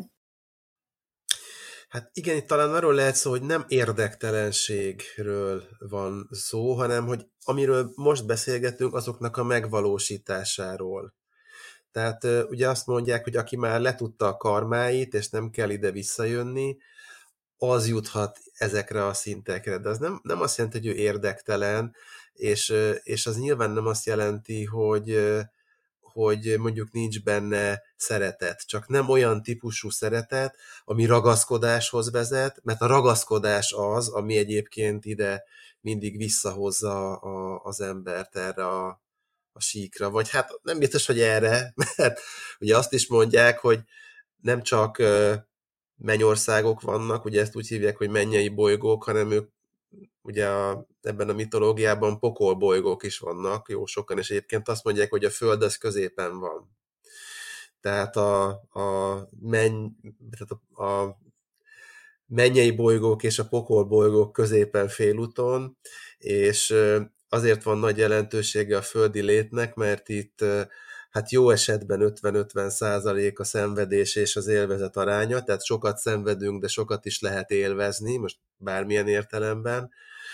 Hát igen, itt talán arról lehet szó, hogy nem érdektelenségről van szó, hanem hogy amiről most beszélgetünk, azoknak a megvalósításáról. Tehát ugye azt mondják, hogy aki már letudta a karmáit, és nem kell ide visszajönni, az juthat ezekre a szintekre. De az nem, nem azt jelenti, hogy ő érdektelen, és, és az nyilván nem azt jelenti, hogy, hogy mondjuk nincs benne szeretet. Csak nem olyan típusú szeretet, ami ragaszkodáshoz vezet, mert a ragaszkodás az, ami egyébként ide mindig visszahozza a, az embert erre a a síkra, vagy hát nem biztos, hogy erre, mert ugye azt is mondják, hogy nem csak mennyországok vannak, ugye ezt úgy hívják, hogy mennyei bolygók, hanem ők ugye a, ebben a mitológiában pokolbolygók is vannak, jó sokan, és egyébként azt mondják, hogy a Föld az középen van. Tehát a, a, menny, tehát a, a mennyei bolygók és a pokolbolygók középen félúton, és azért van nagy jelentősége a földi létnek, mert itt hát jó esetben ötven-ötven százalék a szenvedés és az élvezet aránya, tehát sokat szenvedünk, de sokat is lehet élvezni, most bármilyen értelemben,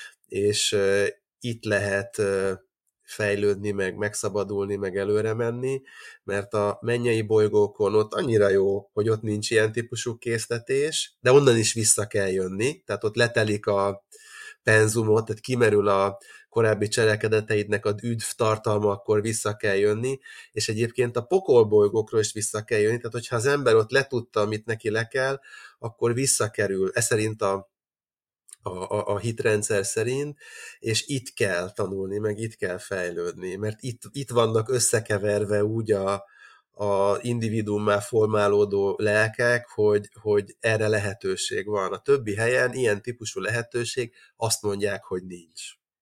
és itt lehet fejlődni, meg megszabadulni, meg előre menni, mert a mennyei bolygókon ott annyira jó, hogy ott nincs ilyen típusú késztetés, de onnan is vissza kell jönni, tehát ott letelik a penzumot, tehát kimerül a korábbi cselekedeteidnek az üdv tartalma, akkor vissza kell jönni, és egyébként a pokolbolygókról is vissza kell jönni, tehát hogyha az ember ott letudta, amit neki le kell, akkor visszakerül, ez szerint a, a, a, a hitrendszer szerint, és itt kell tanulni, meg itt kell fejlődni, mert itt, itt vannak összekeverve úgy a, a individuummá formálódó lelkek, hogy, hogy erre lehetőség van. A többi helyen ilyen típusú lehetőség, azt mondják, hogy nincs.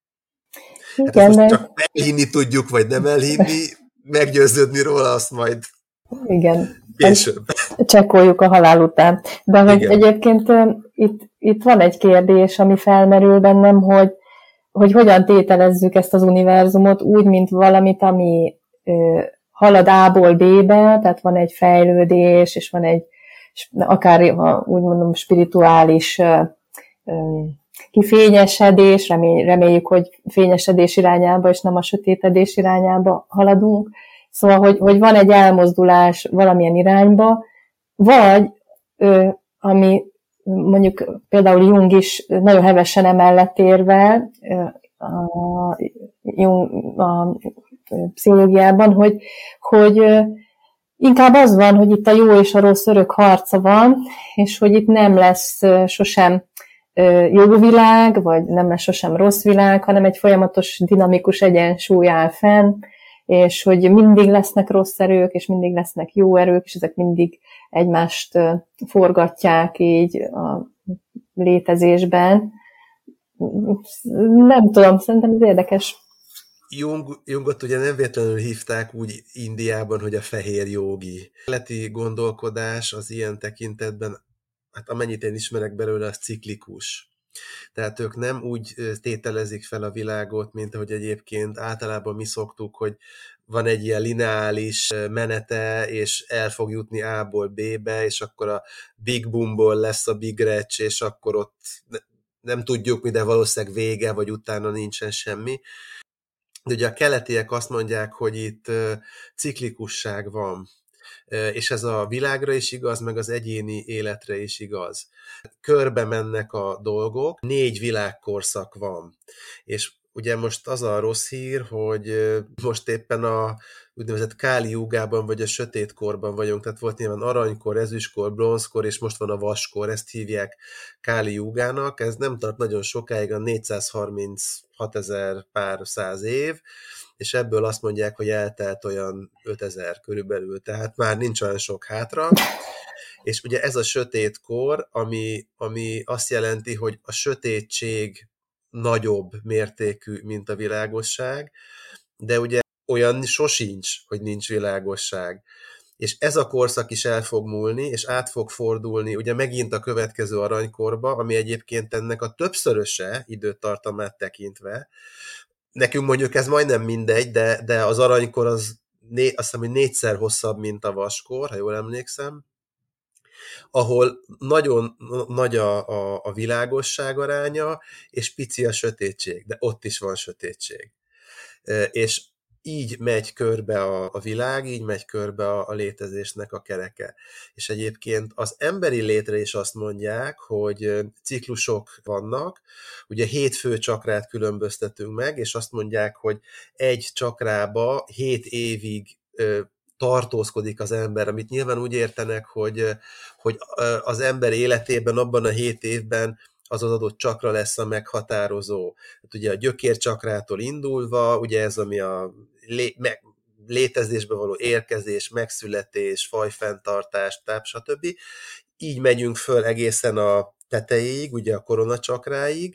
Hát igen, ezt most csak elhinni tudjuk, vagy nem elhinni, meggyőződni róla, azt majd igen. később. Csekkoljuk a halál után. De hogy egyébként itt, itt van egy kérdés, ami felmerül bennem, hogy, hogy hogyan tételezzük ezt az univerzumot úgy, mint valamit, ami ö, halad A-ból B-be, tehát van egy fejlődés, és van egy akár, úgy mondom, spirituális ö, ö, kifényesedés, remély, reméljük, hogy fényesedés irányába, és nem a sötétedés irányába haladunk. Szóval, hogy, hogy van egy elmozdulás valamilyen irányba, vagy ö, ami mondjuk például Jung is nagyon hevesen emellett érvel a, Jung, a pszichológiában, hogy, hogy inkább az van, hogy itt a jó és a rossz örök harca van, és hogy itt nem lesz sosem jó világ, vagy nem lesz sosem rossz világ, hanem egy folyamatos dinamikus egyensúly áll fenn, és hogy mindig lesznek rossz erők, és mindig lesznek jó erők, és ezek mindig egymást forgatják így a létezésben. Nem tudom, szerintem ez érdekes. Jung, Jungot ugye nem véletlenül hívták úgy Indiában, hogy a fehér jógi. A keleti gondolkodás az ilyen tekintetben, hát amennyit én ismerek belőle, az ciklikus. Tehát ők nem úgy tételezik fel a világot, mint ahogy egyébként általában mi szoktuk, hogy van egy ilyen lineális menete, és el fog jutni A-ból B-be, és akkor a Big Boomból lesz a Big Ratch, és akkor ott nem tudjuk mi, de valószínűleg vége, vagy utána nincsen semmi. De ugye a keletiek azt mondják, hogy itt ciklikusság van, és ez a világra is igaz, meg az egyéni életre is igaz. Körbe mennek a dolgok, négy világkorszak van, és ugye most az a rossz hír, hogy most éppen a úgynevezett Káli Jugában, vagy a sötétkorban vagyunk, tehát volt nyilván aranykor, ezüstkor, bronzkor, és most van a vaskor, ezt hívják Káli Jugának, ez nem tart nagyon sokáig, a négyszázharminchat ezer száz év, és ebből azt mondják, hogy eltelt olyan ötezer körülbelül, tehát már nincs olyan sok hátra, és ugye ez a sötétkor, ami, ami azt jelenti, hogy a sötétség nagyobb mértékű, mint a világosság, de ugye olyan sosincs, hogy nincs világosság. És ez a korszak is el fog múlni, és át fog fordulni ugye megint a következő aranykorba, ami egyébként ennek a többszöröse időtartamát tekintve. Nekünk mondjuk ez majdnem mindegy, de, de az aranykor az né, azt hiszem, hogy négyszer hosszabb, mint a vaskor, ha jól emlékszem, ahol nagyon nagy a, a, a világosság aránya, és pici a sötétség, de ott is van sötétség. És így megy körbe a, a világ, így megy körbe a, a létezésnek a kereke. És egyébként az emberi létre is azt mondják, hogy ciklusok vannak, ugye hét fő csakrát különböztetünk meg, és azt mondják, hogy egy csakrába hét évig tartózkodik az ember, amit nyilván úgy értenek, hogy, hogy az ember életében abban a hét évben az az adott csakra lesz a meghatározó. Hát ugye a gyökércsakrától indulva, ugye ez, ami a lé, me, létezésbe való érkezés, megszületés, fajfenntartás, táp, stb. Így megyünk föl egészen a tetejéig, ugye a koronacsakráig,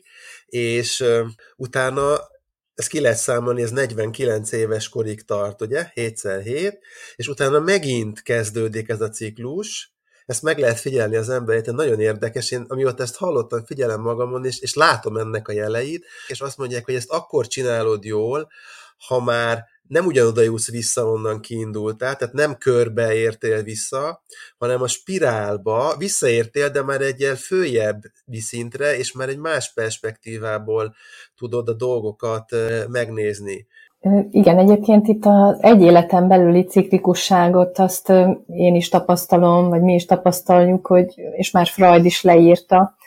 és uh, utána ezt ki lehet számolni, ez negyvenkilenc éves korig tart, ugye, hétszer hét, és utána megint kezdődik ez a ciklus, ezt meg lehet figyelni az emberét, nagyon érdekes, én amióta ezt hallottam, figyelem magamon, és, és látom ennek a jeleit, és azt mondják, hogy ezt akkor csinálod jól, ha már nem ugyanoda jutsz vissza, onnan kiindultál, tehát nem körbe értél vissza, hanem a spirálba visszaértél, de már egy ilyen följebbi szintre, és már egy más perspektívából tudod a dolgokat megnézni. Igen, egyébként itt az egy életen belüli ciklikusságot azt én is tapasztalom, vagy mi is tapasztaljuk, hogy, és már Freud is leírta,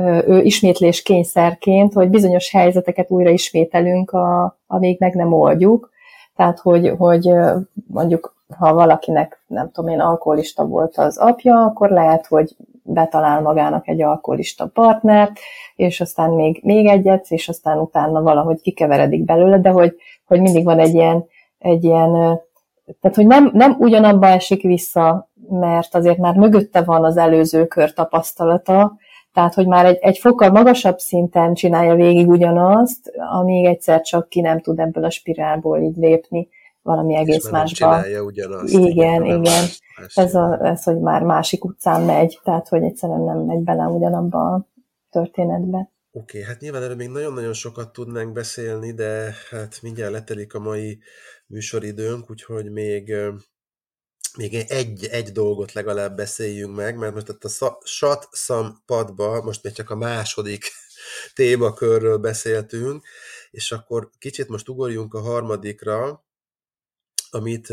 ő ismétlés kényszerként, hogy bizonyos helyzeteket újra ismételünk, a, amíg meg nem oldjuk. Tehát, hogy, hogy mondjuk, ha valakinek, nem tudom én, alkoholista volt az apja, akkor lehet, hogy betalál magának egy alkoholista partnert, és aztán még, még egyet, és aztán utána valahogy kikeveredik belőle, de hogy, hogy mindig van egy ilyen, egy ilyen tehát, hogy nem, nem ugyanabba esik vissza, mert azért már mögötte van az előző kör tapasztalata, tehát, hogy már egy, egy fokkal magasabb szinten csinálja végig ugyanazt, amíg egyszer csak ki nem tud ebből a spirálból így lépni valami egész és másba. Csinálja ugyanazt. Igen, igen. igen. Más, más ez, a, ez, hogy már másik utcán megy, tehát, hogy egyszerűen nem megy bele ugyanabba a történetbe. Oké, okay, hát nyilván erről még nagyon-nagyon sokat tudnánk beszélni, de hát mindjárt letelik a mai műsoridőnk, úgyhogy még... még egy, egy dolgot legalább beszéljünk meg, mert most ott a Sat Sam Padba most még csak a második témakörről beszéltünk, és akkor kicsit most ugorjunk a harmadikra, amit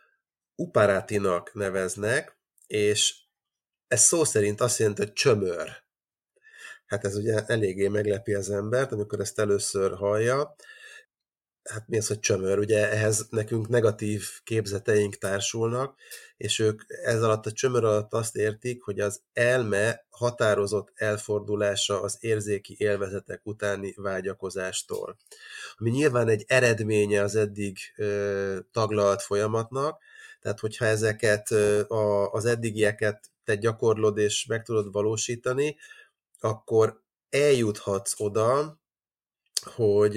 Uparátinak neveznek, és ez szó szerint azt jelenti, hogy csömör. Hát ez ugye eléggé meglepi az embert, amikor ezt először hallja. hát mi az, hogy csömör, ugye ehhez nekünk negatív képzeteink társulnak, és ők ez alatt a csömör alatt azt értik, hogy az elme határozott elfordulása az érzéki élvezetek utáni vágyakozástól. Ami nyilván egy eredménye az eddig ö, taglalt folyamatnak, tehát hogyha ezeket ö, a, az eddigieket te gyakorlod és meg tudod valósítani, akkor eljuthatsz oda, hogy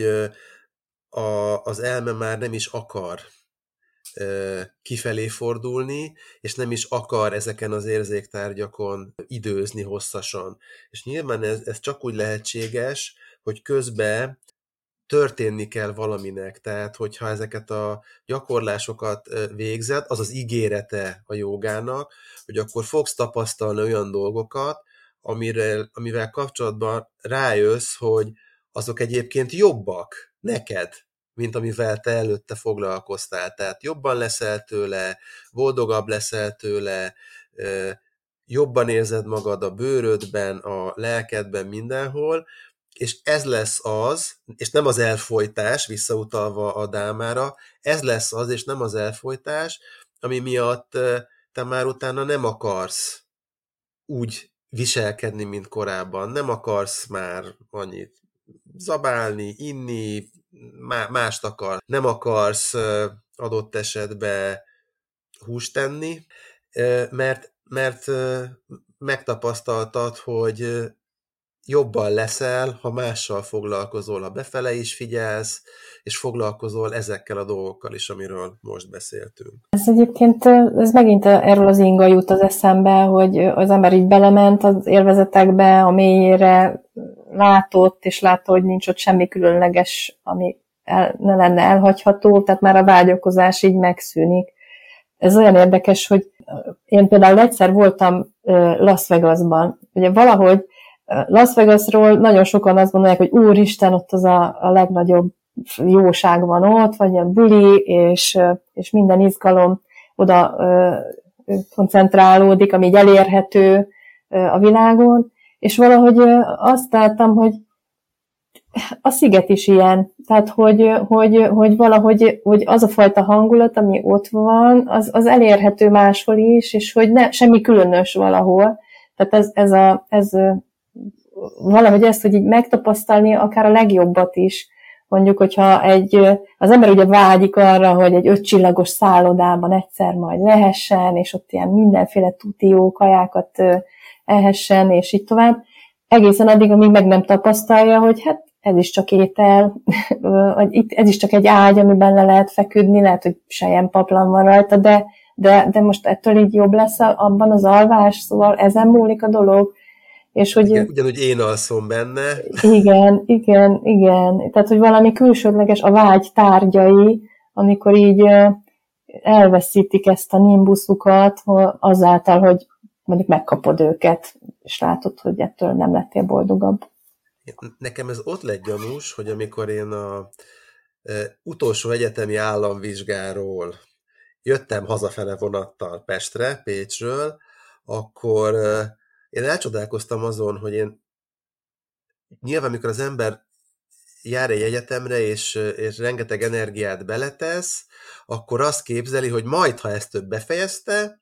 a, az elme már nem is akar ö, kifelé fordulni, és nem is akar ezeken az érzéktárgyakon időzni hosszasan. És nyilván ez, ez csak úgy lehetséges, hogy közben történni kell valaminek, tehát hogyha ezeket a gyakorlásokat végzed, az az ígérete a jogának, hogy akkor fogsz tapasztalni olyan dolgokat, amivel, amivel kapcsolatban rájössz, hogy azok egyébként jobbak neked, mint amivel te előtte foglalkoztál. Tehát jobban leszel tőle, boldogabb leszel tőle, jobban érzed magad a bőrödben, a lelkedben, mindenhol, és ez lesz az, és nem az elfojtás, visszautalva a dámára, ez lesz az, és nem az elfojtás, ami miatt te már utána nem akarsz úgy viselkedni, mint korábban. Nem akarsz már annyit zabálni, inni, mást akar. Nem akarsz adott esetben húst tenni, mert, mert megtapasztaltad, hogy jobban leszel, ha mással foglalkozol, ha befele is figyelsz, és foglalkozol ezekkel a dolgokkal is, amiről most beszéltünk. Ez egyébként, ez megint erről az inga jut az eszembe, hogy az ember így belement az élvezetekbe, a mélyére látott, és látta, hogy nincs ott semmi különleges, ami el, ne lenne elhagyható, tehát már a vágyakozás így megszűnik. Ez olyan érdekes, hogy én például egyszer voltam Las Vegasban, ugye valahogy Las Vegasról nagyon sokan azt gondolják, hogy úristen, ott az a, a legnagyobb jóság van ott, vagy a buli, és, és minden izgalom oda koncentrálódik, ami így elérhető a világon, és valahogy azt láttam, hogy a sziget is ilyen, tehát hogy, hogy, hogy valahogy hogy az a fajta hangulat, ami ott van, az, az elérhető máshol is, és hogy ne, semmi különös valahol. Tehát ez, ez, a, ez valahogy ezt, hogy így megtapasztalni akár a legjobbat is. Mondjuk, hogyha egy, az ember ugye vágyik arra, hogy egy ötcsillagos szállodában egyszer majd lehessen, és ott ilyen mindenféle tutió kajákat elhessen, és így tovább. Egészen addig, amíg meg nem tapasztalja, hogy hát ez is csak étel, ez is csak egy ágy, amiben le lehet feküdni, lehet, hogy selyempaplan van rajta, de, de, de most ettől így jobb lesz abban az alvás, szóval ezen múlik a dolog. És hogy, igen, ugyanúgy én alszom benne. Igen, igen, igen. Tehát, hogy valami külsődleges, a vágy tárgyai, amikor így elveszítik ezt a nimbuszukat azáltal, hogy mondjuk megkapod őket, és látod, hogy ettől nem lettél boldogabb. Nekem ez ott lett gyanús, hogy amikor én a e, utolsó egyetemi államvizsgáról jöttem hazafele vonattal Pestre, Pécsről, akkor e, én elcsodálkoztam azon, hogy én nyilván, amikor az ember jár egy egyetemre, és, és rengeteg energiát beletesz, akkor azt képzeli, hogy majd, ha ezt több befejezte,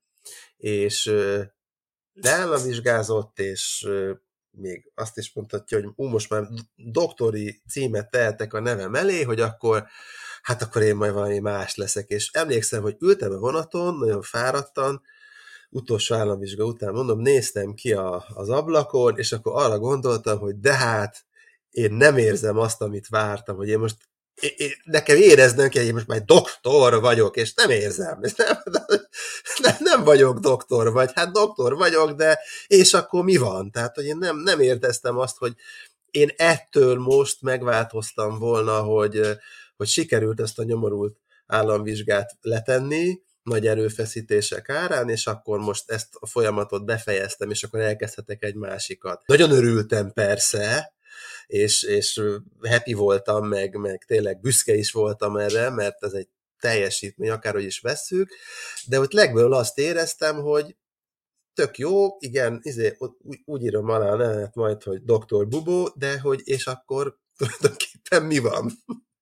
és leállamvizsgázott, és még azt is mondhatja, hogy ú, most már doktori címet tehetek a nevem elé, hogy akkor, hát akkor én majd valami más leszek. És emlékszem, hogy ültem a vonaton, nagyon fáradtan, utolsó államvizsga után mondom, néztem ki a, az ablakon, és akkor arra gondoltam, hogy de hát én nem érzem azt, amit vártam, hogy én most én, én, nekem éreznem kell, hogy én most már doktor vagyok, és nem érzem. Nem, nem, nem vagyok doktor, vagy hát doktor vagyok, de és akkor mi van? Tehát, hogy én nem, nem érteztem azt, hogy én ettől most megváltoztam volna, hogy, hogy sikerült ezt a nyomorult államvizsgát letenni, nagy erőfeszítések árán, és akkor most ezt a folyamatot befejeztem, és akkor elkezdhetek egy másikat. Nagyon örültem persze, és, és happy voltam, meg, meg tényleg büszke is voltam erre, mert ez egy teljesítmény, akárhogy is vesszük, de ott legből azt éreztem, hogy tök jó, igen, izé, úgy, úgy írom alá a nevet majd, hogy doktor Bubó, de hogy és akkor tulajdonképpen mi van?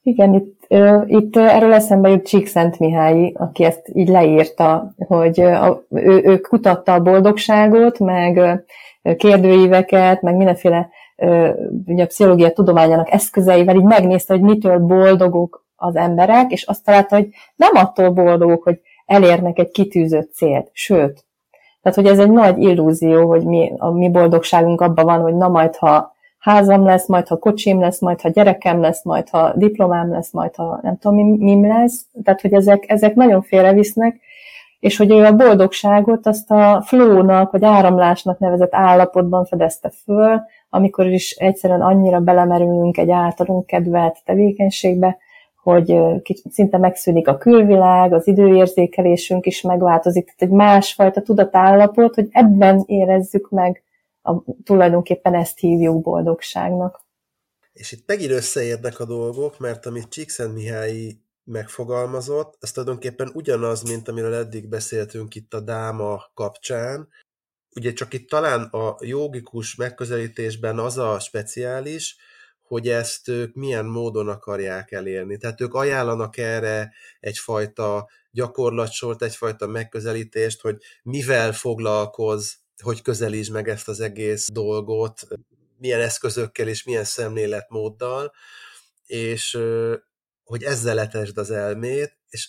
Igen, itt, itt erről eszembe jut Csíkszentmihályi, aki ezt így leírta, hogy a, ő, ő kutatta a boldogságot, meg kérdőíveket, meg mindenféle ugye a pszichológia tudományának eszközeivel így megnézte, hogy mitől boldogok az emberek, és azt találta, hogy nem attól boldogok, hogy elérnek egy kitűzött célt, sőt, tehát hogy ez egy nagy illúzió, hogy mi, a mi boldogságunk abban van, hogy na majd, ha házam lesz, majd ha kocsim lesz, majd ha gyerekem lesz, majd ha diplomám lesz, majd ha nem tudom mi, mi lesz. Tehát, hogy ezek, ezek nagyon félrevisznek, és hogy ő a boldogságot azt a flow-nak, vagy áramlásnak nevezett állapotban fedezte föl, amikor is egyszerűen annyira belemerülünk egy általunk kedvelt tevékenységbe, hogy szinte megszűnik a külvilág, az időérzékelésünk is megváltozik, tehát egy másfajta tudatállapot, hogy ebben érezzük meg, a, tulajdonképpen ezt hívjuk boldogságnak. És itt megint összeérnek a dolgok, mert amit Csíkszentmihályi megfogalmazott, ez tulajdonképpen ugyanaz, mint amiről eddig beszéltünk itt a dáma kapcsán. Ugye csak itt talán a jógikus megközelítésben az a speciális, hogy ezt ők milyen módon akarják elérni. Tehát ők ajánlanak erre egyfajta gyakorlatsort, egyfajta megközelítést, hogy mivel foglalkozz, hogy közelítsd meg ezt az egész dolgot, milyen eszközökkel és milyen szemléletmóddal, és hogy ezzel letesd az elmét, és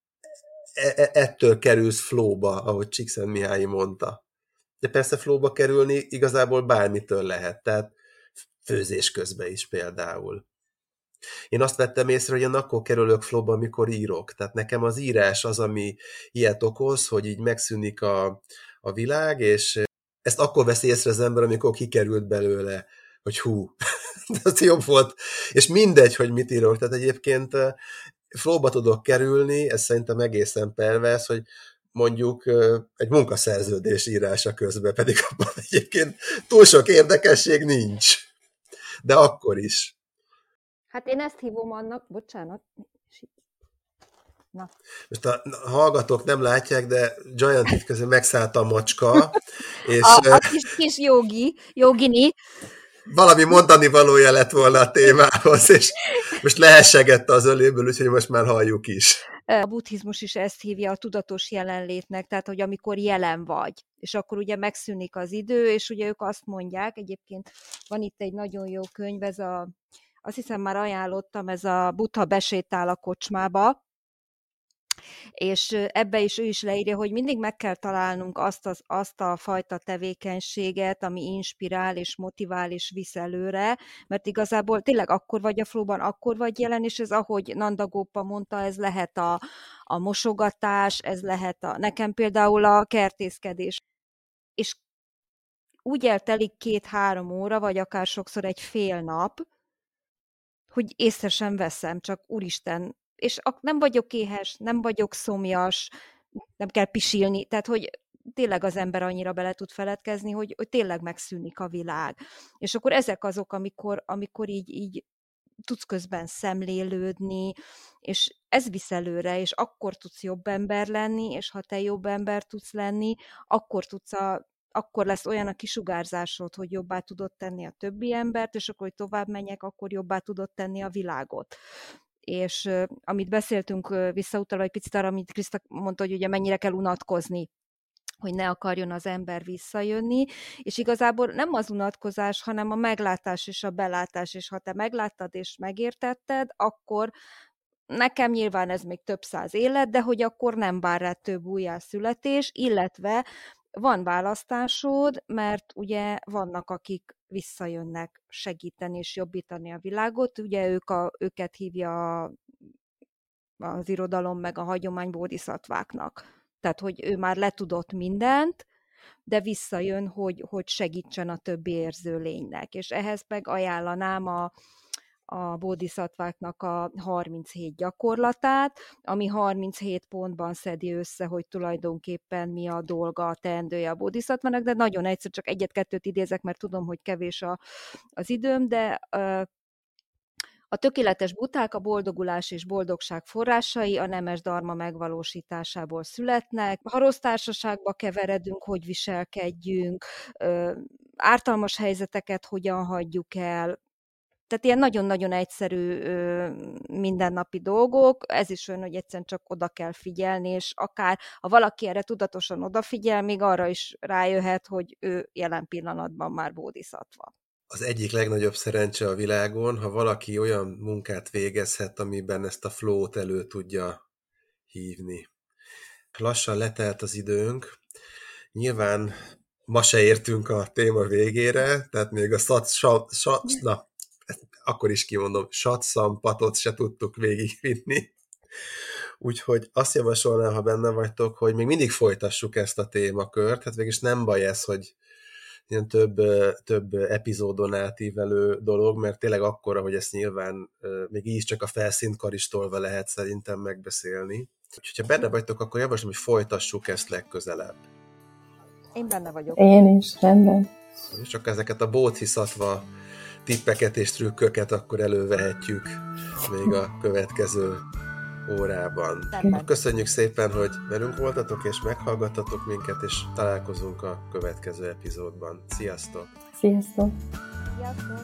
ettől kerülsz flowba, ahogy Csíkszentmihályi mondta. De persze flowba kerülni igazából bármitől lehet, tehát főzés közben is például. Én azt vettem észre, hogy én akkor kerülök flowba, amikor írok. Tehát nekem az írás az, ami ilyet okoz, hogy így megszűnik a, a világ, és ezt akkor veszi észre az ember, amikor kikerült belőle, hogy hú, ez jobb volt. És mindegy, hogy mit írok. Tehát egyébként flowba tudok kerülni, ez szerintem egészen pervers, hogy mondjuk egy munkaszerződés írása közben, pedig abban egyébként túl sok érdekesség nincs. De akkor is. Hát én ezt hívom annak, bocsánat. Na. Most a hallgatók nem látják, de Giant itt közben megszállt a macska. És a, a kis, kis jogi, jogini. Valami mondani valója lett volna a témához, és most lehessegette az öléből, úgyhogy most már halljuk is. A buddhizmus is ezt hívja a tudatos jelenlétnek, tehát hogy amikor jelen vagy, és akkor ugye megszűnik az idő, és ugye ők azt mondják, egyébként van itt egy nagyon jó könyv, ez a, azt hiszem már ajánlottam, ez a Buddha besétál a kocsmába, és ebbe is ő is leírja, hogy mindig meg kell találnunk azt, az, azt a fajta tevékenységet, ami inspirál és motivál és visz előre, mert igazából tényleg akkor vagy a flowban, akkor vagy jelen, és ez, ahogy Nanda Gópa mondta, ez lehet a, a mosogatás, ez lehet a, nekem például a kertészkedés. És úgy eltelik két-három óra, vagy akár sokszor egy fél nap, hogy észre sem veszem, csak úristen, és nem vagyok éhes, nem vagyok szomjas, nem kell pisilni, tehát hogy tényleg az ember annyira bele tud feledkezni, hogy, hogy tényleg megszűnik a világ. És akkor ezek azok, amikor, amikor így, így tudsz közben szemlélődni, és ez visz előre, és akkor tudsz jobb ember lenni, és ha te jobb ember tudsz lenni, akkor tudsz a akkor lesz olyan a kisugárzásod, hogy jobbá tudod tenni a többi embert, és akkor, hogy tovább menjek, akkor jobbá tudod tenni a világot. És uh, amit beszéltünk uh, visszautalva egy picit arra, amit Kriszta mondta, hogy ugye mennyire kell unatkozni, hogy ne akarjon az ember visszajönni, és igazából nem az unatkozás, hanem a meglátás és a belátás, és ha te megláttad és megértetted, akkor nekem nyilván ez még több száz élet, de hogy akkor nem vár rá több újjászületés, illetve van választásod, mert ugye vannak, akik visszajönnek segíteni és jobbítani a világot, ugye ők a, őket hívja az irodalom meg a hagyomány bódiszatváknak. Tehát, hogy ő már letudott mindent, de visszajön, hogy, hogy segítsen a többi érző lénynek. És ehhez meg ajánlanám a a bódiszatváknak a harminchét gyakorlatát, ami harminchét pontban szedi össze, hogy tulajdonképpen mi a dolga, a teendője a bódiszatvának, de nagyon egyszer csak egyet-kettőt idézek, mert tudom, hogy kevés a, az időm, de uh, a tökéletes buddhák, a boldogulás és boldogság forrásai a nemes dharma megvalósításából születnek. Ha rossz társaságba keveredünk, hogy viselkedjünk, uh, ártalmas helyzeteket hogyan hagyjuk el, Tehát ilyen nagyon-nagyon egyszerű mindennapi dolgok, ez is olyan, hogy egyszerűen csak oda kell figyelni, és akár, ha valaki erre tudatosan odafigyel, még arra is rájöhet, hogy ő jelen pillanatban már bódiszatva. Az egyik legnagyobb szerencse a világon, ha valaki olyan munkát végezhet, amiben ezt a flow-t elő tudja hívni. Lassan letelt az időnk. Nyilván ma se értünk a téma végére, tehát még a szat, sa, sa, na, akkor is kimondom, satszampatot se tudtuk végigvinni. Úgyhogy azt javasolnám, ha benne vagytok, hogy még mindig folytassuk ezt a témakört, hát végülis nem baj ez, hogy ilyen több, több epizódon átívelő dolog, mert tényleg akkora, hogy ezt nyilván még így is csak a felszínt karistolva lehet szerintem megbeszélni. Úgyhogy ha benne vagytok, akkor javaslom, hogy folytassuk ezt legközelebb. Én benne vagyok. Én is, rendben. És csak ezeket a bódhiszatva tippeket és trükköket akkor elővehetjük még a következő órában. Rendben. Köszönjük szépen, hogy velünk voltatok, és meghallgattatok minket, és találkozunk a következő epizódban. Sziasztok! Sziasztok! Sziasztok!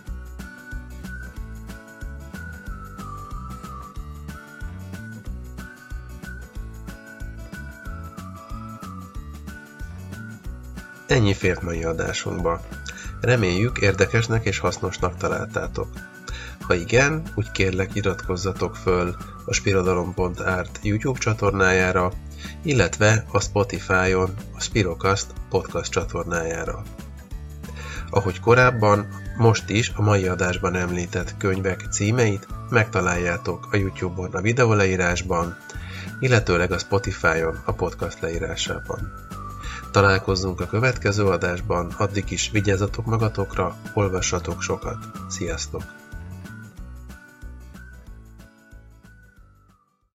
Ennyi fért mai adásunkba. Reméljük érdekesnek és hasznosnak találtátok. Ha igen, úgy kérlek iratkozzatok föl a spirodalom pont art YouTube csatornájára, illetve a Spotify-on a Spirocast podcast csatornájára. Ahogy korábban, most is a mai adásban említett könyvek címeit megtaláljátok a YouTube-on a videó leírásban, illetőleg a Spotify-on a podcast leírásában. Találkozzunk a következő adásban, addig is vigyázzatok magatokra, olvassatok sokat. Sziasztok!